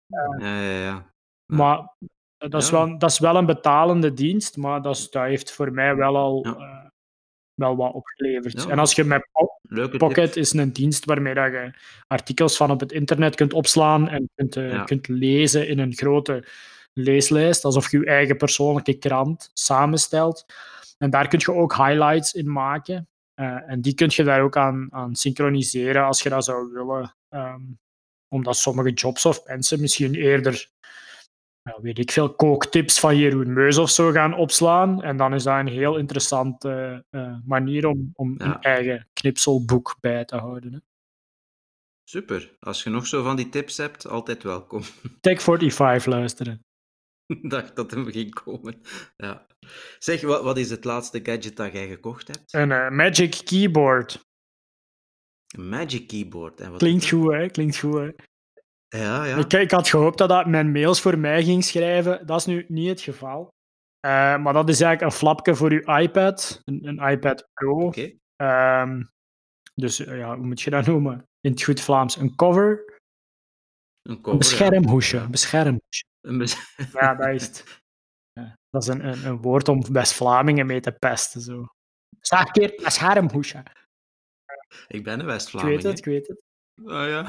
Maar dat is wel een betalende dienst, maar dat heeft voor mij wel al wel wat opgeleverd. Ja, En als je met Pocket tip. is een dienst waarmee dat je artikels van op het internet kunt opslaan en kunt lezen in een grote leeslijst, alsof je je eigen persoonlijke krant samenstelt. En daar kun je ook highlights in maken. En die kun je daar ook aan synchroniseren als je dat zou willen. Omdat sommige jobs of mensen misschien eerder, weet ik veel, kooktips van Jeroen Meus of zo gaan opslaan. En dan is dat een heel interessante manier om een eigen knipselboek bij te houden. Hè. Super. Als je nog zo van die tips hebt, altijd welkom. Tech45 luisteren. Ik dacht dat hem ging komen. Ja. Zeg, wat is het laatste gadget dat jij gekocht hebt? Een Magic Keyboard. Een Magic Keyboard. En wat Klinkt goed, hè? Klinkt goed, hè? Ja. Ik had gehoopt dat mijn mails voor mij ging schrijven. Dat is nu niet het geval. Maar dat is eigenlijk een flapje voor je iPad. Een iPad Pro. Oké. Dus hoe moet je dat noemen? In het goed Vlaams. Een cover. Een beschermhoesje. Ja. Een beschermhoesje. Ja, dat is het. Ja, dat is een woord om West-Vlamingen mee te pesten. Zo. Zeg een keer, beschermhoesje. Ik ben een West-Vlaming. Ik weet het. Oh ja.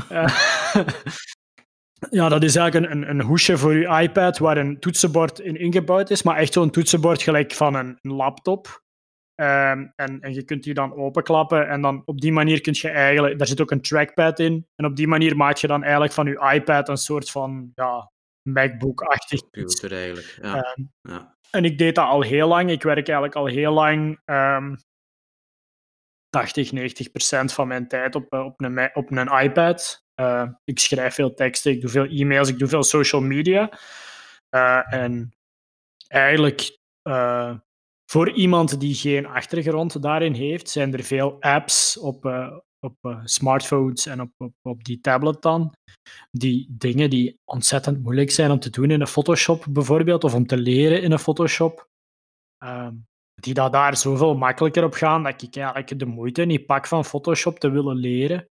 Ja, dat is eigenlijk een hoesje voor je iPad waar een toetsenbord in ingebouwd is, maar echt zo'n toetsenbord gelijk van een laptop. En je kunt die dan openklappen en dan op die manier kun je eigenlijk... Daar zit ook een trackpad in. En op die manier maak je dan eigenlijk van je iPad een soort van MacBook-achtig iets. Computer eigenlijk, ja. En ik deed dat al heel lang. Ik werk eigenlijk al heel lang 80-90% van mijn tijd op een iPad. Ik schrijf veel teksten, ik doe veel e-mails, ik doe veel social media. En eigenlijk voor iemand die geen achtergrond daarin heeft, zijn er veel apps op smartphones en op die tablet dan. Die dingen die ontzettend moeilijk zijn om te doen in een Photoshop bijvoorbeeld, of om te leren in een Photoshop. Die daar zoveel makkelijker op gaan dat ik eigenlijk de moeite niet pak van Photoshop te willen leren.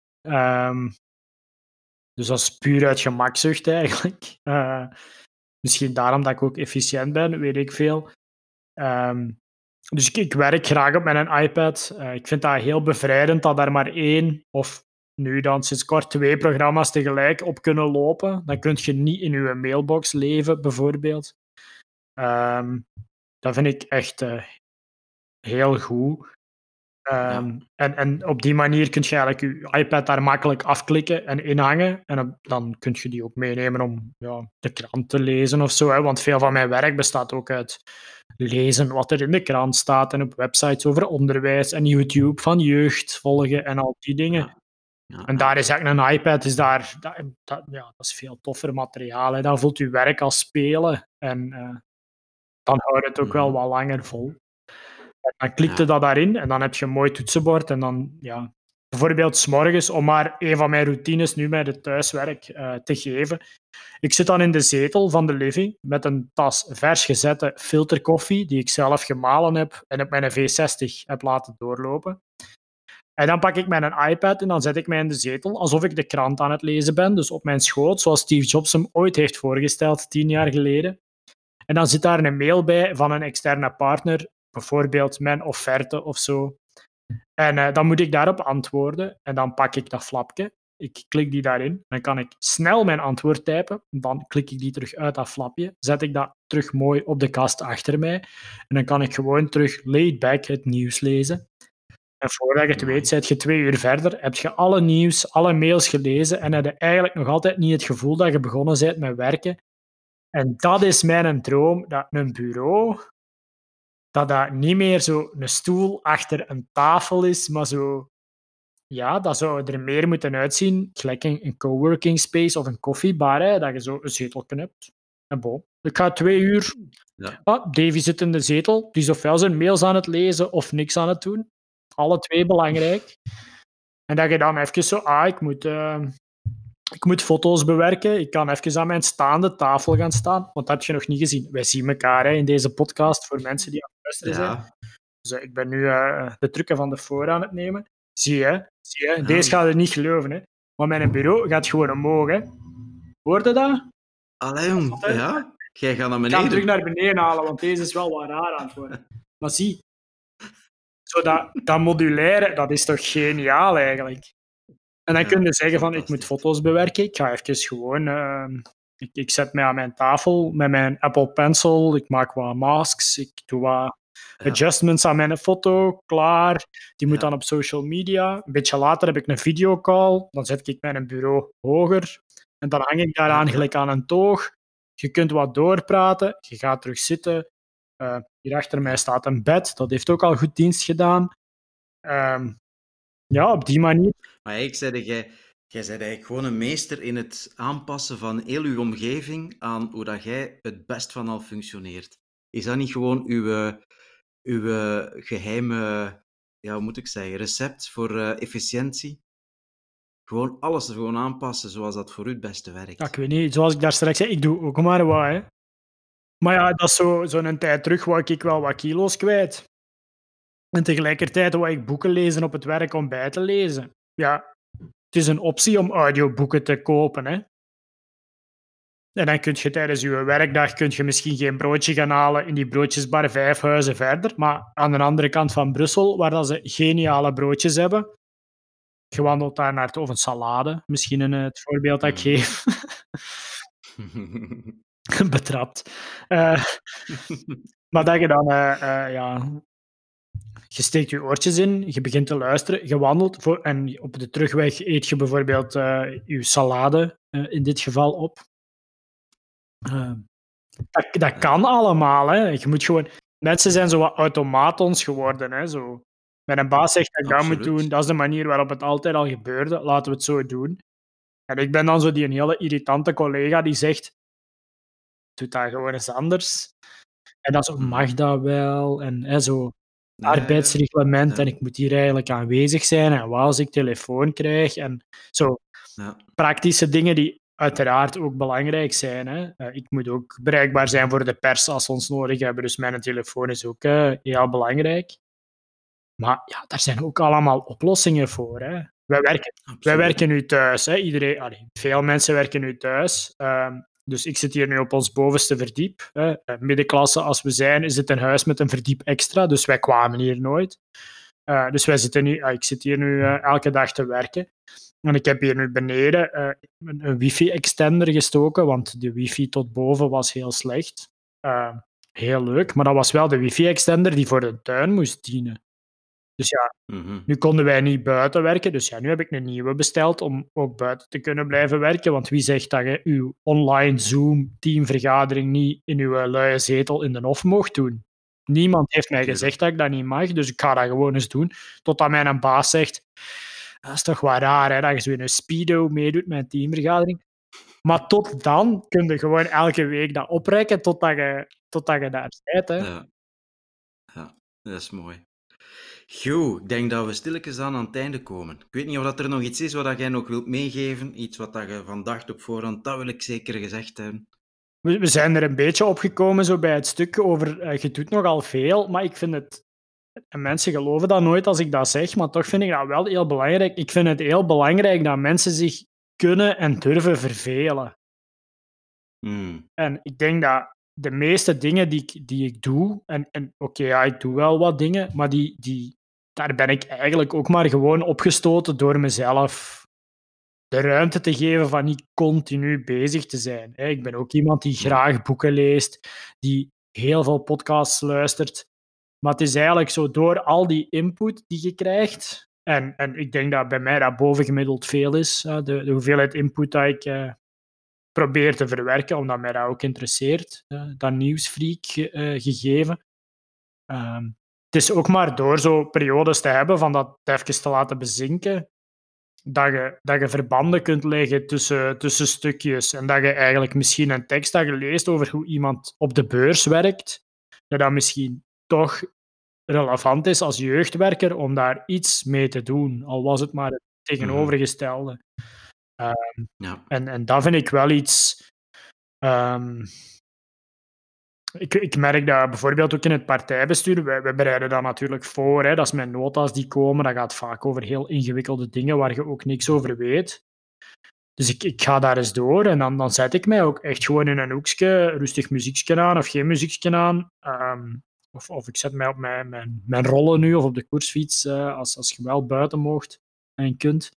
Dus dat is puur uit gemakzucht eigenlijk. Misschien daarom dat ik ook efficiënt ben, weet ik veel. Dus ik werk graag op mijn iPad. Ik vind dat heel bevrijdend dat daar maar 1 of nu dan sinds kort 2 programma's tegelijk op kunnen lopen. Dan kun je niet in je mailbox leven, bijvoorbeeld. Dat vind ik echt heel goed. En op die manier kun je eigenlijk je iPad daar makkelijk afklikken en inhangen. En dan kun je die ook meenemen om de krant te lezen of zo. Hè, want veel van mijn werk bestaat ook uit lezen wat er in de krant staat en op websites over onderwijs en YouTube van jeugd volgen en al die dingen. En daar is eigenlijk een iPad, dat is veel toffer materiaal. Hè. Dan voelt je werk als spelen en dan houdt het ook wel wat langer vol. En dan klikte dat daarin en dan heb je een mooi toetsenbord en dan, bijvoorbeeld 's morgens, om maar een van mijn routines nu bij het thuiswerk te geven. Ik zit dan in de zetel van de living met een tas vers gezette filterkoffie die ik zelf gemalen heb en op mijn V60 heb laten doorlopen. En dan pak ik mijn iPad en dan zet ik mij in de zetel alsof ik de krant aan het lezen ben, dus op mijn schoot, zoals Steve Jobs hem ooit heeft voorgesteld 10 jaar geleden. En dan zit daar een mail bij van een externe partner, bijvoorbeeld mijn offerte of zo. En dan moet ik daarop antwoorden en dan pak ik dat flapje Ik klik die daarin, dan kan ik snel mijn antwoord typen, dan klik ik die terug uit dat flapje, zet ik dat terug mooi op de kast achter mij en dan kan ik gewoon terug laid back het nieuws lezen. En voordat je het weet, Amai. zit je 2 uur verder, heb je alle nieuws, alle mails gelezen en heb je eigenlijk nog altijd niet het gevoel dat je begonnen bent met werken. En dat is mijn droom, dat een bureau, dat niet meer zo een stoel achter een tafel is, maar zo, ja, dat zou er meer moeten uitzien, gelijk een coworking space of een koffiebar, hè, dat je zo een zeteltje hebt. En bon, ik ga 2 uur. Ja. Davy zit in de zetel, die is ofwel zijn mails aan het lezen of niks aan het doen. Alle twee belangrijk. En dat je dan even zo, ik moet foto's bewerken, ik kan even aan mijn staande tafel gaan staan, want dat heb je nog niet gezien. Wij zien elkaar hè, in deze podcast, voor mensen die aan het luisteren zijn. Ja. Dus ik ben nu de trucken van de voor aan het nemen. Zie je? Ja. Deze gaat het niet geloven. Hè. Maar mijn bureau gaat gewoon omhoog. Hè. Hoorde dat? Allee, jong. hè? Ja? Jij gaat naar Ik ga hem terug beneden. naar beneden halen, want deze is wel wat raar aan het worden. Maar zie, zo dat modulaire, dat is toch geniaal eigenlijk. En dan Ja, kun je zeggen van, ik moet fantastisch. foto's bewerken. Ik ga even gewoon... ik zet mij aan mijn tafel met mijn Apple Pencil. Ik maak wat masks. Ik doe wat Ja. adjustments aan mijn foto. Klaar. Die moet Ja. dan op social media. Een beetje later heb ik een videocall. Dan zet ik mijn bureau hoger. En dan hang ik daaraan Ja. gelijk aan een toog. Je kunt wat doorpraten. Je gaat terug zitten. Hier achter mij staat een bed. Dat heeft ook al goed dienst gedaan. Ja, op die manier. Maar ik zei, jij bent eigenlijk gewoon een meester in het aanpassen van heel uw omgeving aan hoe dat jij het best van al functioneert. Is dat niet gewoon uw geheime, ja, hoe moet ik zeggen, recept voor efficiëntie? Gewoon alles gewoon aanpassen zoals dat voor u het beste werkt. Ja, ik weet niet, zoals ik daar straks zei, ik doe ook maar wat. Hè. Maar ja, dat is zo'n tijd terug wou ik wel wat kilo's kwijt. En tegelijkertijd wou ik boeken lezen op het werk om bij te lezen. Ja, het is een optie om audioboeken te kopen. Hè. En dan kun je tijdens je werkdag misschien geen broodje gaan halen in die broodjesbar 5 huizen verder. Maar aan de andere kant van Brussel, waar dat ze geniale broodjes hebben, je wandelt daar naartoe, of een salade, misschien het voorbeeld dat ik geef. Betrapt. Maar dat je dan, ja, je steekt je oortjes in, je begint te luisteren, je wandelt en op de terugweg eet je bijvoorbeeld je salade, in dit geval op. Dat kan allemaal. Hè. Je moet gewoon... Mensen zijn zo wat automatons geworden. Hè, zo. Mijn baas zegt dat ik dat moet doen, Absoluut. dat is de manier waarop het altijd al gebeurde, laten we het zo doen. En ik ben dan zo die een hele irritante collega die zegt, doe dat gewoon eens anders. En dan zo, mag dat wel? En hè, zo Ja, ja, arbeidsreglement ja. en ik moet hier eigenlijk aanwezig zijn en wat als ik telefoon krijg en zo Ja. praktische dingen die uiteraard ook belangrijk zijn. Hè. Ik moet ook bereikbaar zijn voor de pers als ze ons nodig hebben, dus mijn telefoon is ook heel belangrijk. Maar ja, daar zijn ook allemaal oplossingen voor. Hè. Wij Absoluut. werken nu thuis. Hè. Veel mensen werken nu thuis. Dus ik zit hier nu op ons bovenste verdiep. Hè. Middenklasse als we zijn, is het een huis met een verdiep extra, dus wij kwamen hier nooit. Dus ik zit hier nu elke dag te werken. En ik heb hier nu beneden een wifi-extender gestoken, want de wifi tot boven was heel slecht. Heel leuk, maar dat was wel de wifi-extender die voor de tuin moest dienen. Dus ja, nu konden wij niet buiten werken, dus ja, nu heb ik een nieuwe besteld om ook buiten te kunnen blijven werken, want wie zegt dat je uw online Zoom-teamvergadering niet in uw luie zetel in de hof mocht doen? Niemand heeft mij Tuurlijk. gezegd dat ik dat niet mag, dus ik ga dat gewoon eens doen, totdat mijn baas zegt, dat is toch wel raar, hè, dat je zo in een speedo meedoet met een teamvergadering. Maar tot dan kun je gewoon elke week dat oprekken totdat je daar bent. Hè. Ja. Ja, dat is mooi. Goed, ik denk dat we stilletjes aan het einde komen. Ik weet niet of dat er nog iets is wat jij nog wilt meegeven. Iets wat dat je van dacht op voorhand, dat wil ik zeker gezegd hebben. We zijn er een beetje opgekomen zo bij het stuk over, je doet nogal veel, maar ik vind het... En mensen geloven dat nooit als ik dat zeg, maar toch vind ik dat wel heel belangrijk. Ik vind het heel belangrijk dat mensen zich kunnen en durven vervelen. En ik denk dat de meeste dingen die ik doe, en oké, ja, ik doe wel wat dingen, maar daar ben ik eigenlijk ook maar gewoon opgestoten door mezelf de ruimte te geven van niet continu bezig te zijn. Hè. Ik ben ook iemand die graag boeken leest, die heel veel podcasts luistert. Maar het is eigenlijk zo door al die input die je krijgt, en ik denk dat bij mij dat bovengemiddeld veel is, de hoeveelheid input dat ik probeer te verwerken, omdat mij dat ook interesseert, dat nieuwsfreak gegeven. Het is ook maar door zo periodes te hebben van dat even te laten bezinken, dat je verbanden kunt leggen tussen stukjes en dat je eigenlijk misschien een tekst dat je leest over hoe iemand op de beurs werkt, dat misschien toch relevant is als jeugdwerker om daar iets mee te doen, al was het maar het tegenovergestelde. En dat vind ik wel iets... Ik merk dat bijvoorbeeld ook in het partijbestuur, wij bereiden dat natuurlijk voor, hè, dat is met nota's die komen, dat gaat vaak over heel ingewikkelde dingen waar je ook niks over weet. Dus ik ga daar eens door en dan zet ik mij ook echt gewoon in een hoekje, rustig muziekje aan of geen muziekje aan. Of ik zet mij op mijn rollen nu of op de koersfiets, als je wel buiten moogt en kunt.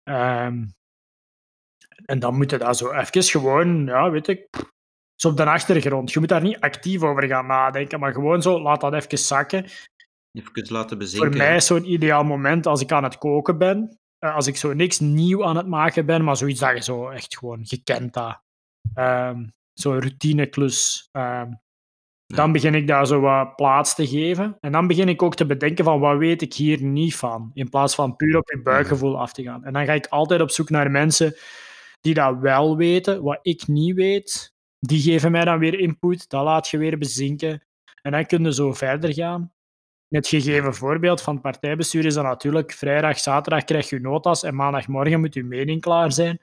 En dan moet je daar zo even gewoon, ja, weet ik, zo op de achtergrond. Je moet daar niet actief over gaan nadenken, maar gewoon zo, laat dat even zakken. Even laten bezinken. Voor mij is zo'n ideaal moment als ik aan het koken ben, als ik zo niks nieuw aan het maken ben, maar zoiets dat je zo echt gewoon gekend dat. Zo'n routineklus. Dan begin ik daar zo wat plaats te geven. En dan begin ik ook te bedenken van wat weet ik hier niet van, in plaats van puur op je buikgevoel af te gaan. En dan ga ik altijd op zoek naar mensen die dat wel weten, wat ik niet weet. Die geven mij dan weer input, dat laat je weer bezinken. En dan kun je zo verder gaan. Het gegeven voorbeeld van het partijbestuur is dan natuurlijk vrijdag, zaterdag krijg je notas en maandagmorgen moet je mening klaar zijn.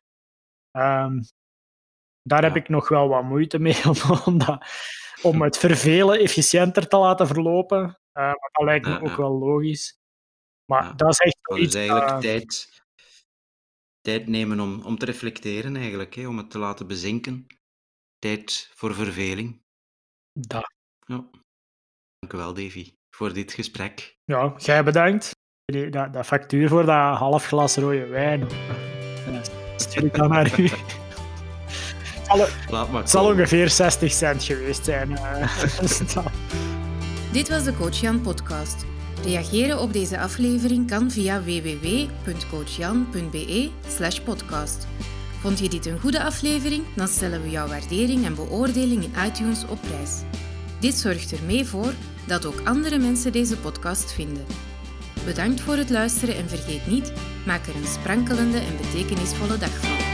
Daar heb ik nog wel wat moeite mee om het vervelen efficiënter te laten verlopen. Maar dat lijkt me ook wel logisch. Maar dat is echt zoiets... Dus eigenlijk tijd nemen om te reflecteren eigenlijk, hè, om het te laten bezinken. Tijd voor verveling. Dat. Ja. Dank u wel, Davy, voor dit gesprek. Ja, jij bedankt. Dat factuur voor dat half glas rode wijn. Stuur ik dan naar u. Het zal ongeveer 60 cent geweest zijn. Dit was de Coach Jan podcast. Reageren op deze aflevering kan via www.coachjan.be/podcast. Vond je dit een goede aflevering? Dan stellen we jouw waardering en beoordeling in iTunes op prijs. Dit zorgt er mee voor dat ook andere mensen deze podcast vinden. Bedankt voor het luisteren en vergeet niet, maak er een sprankelende en betekenisvolle dag van.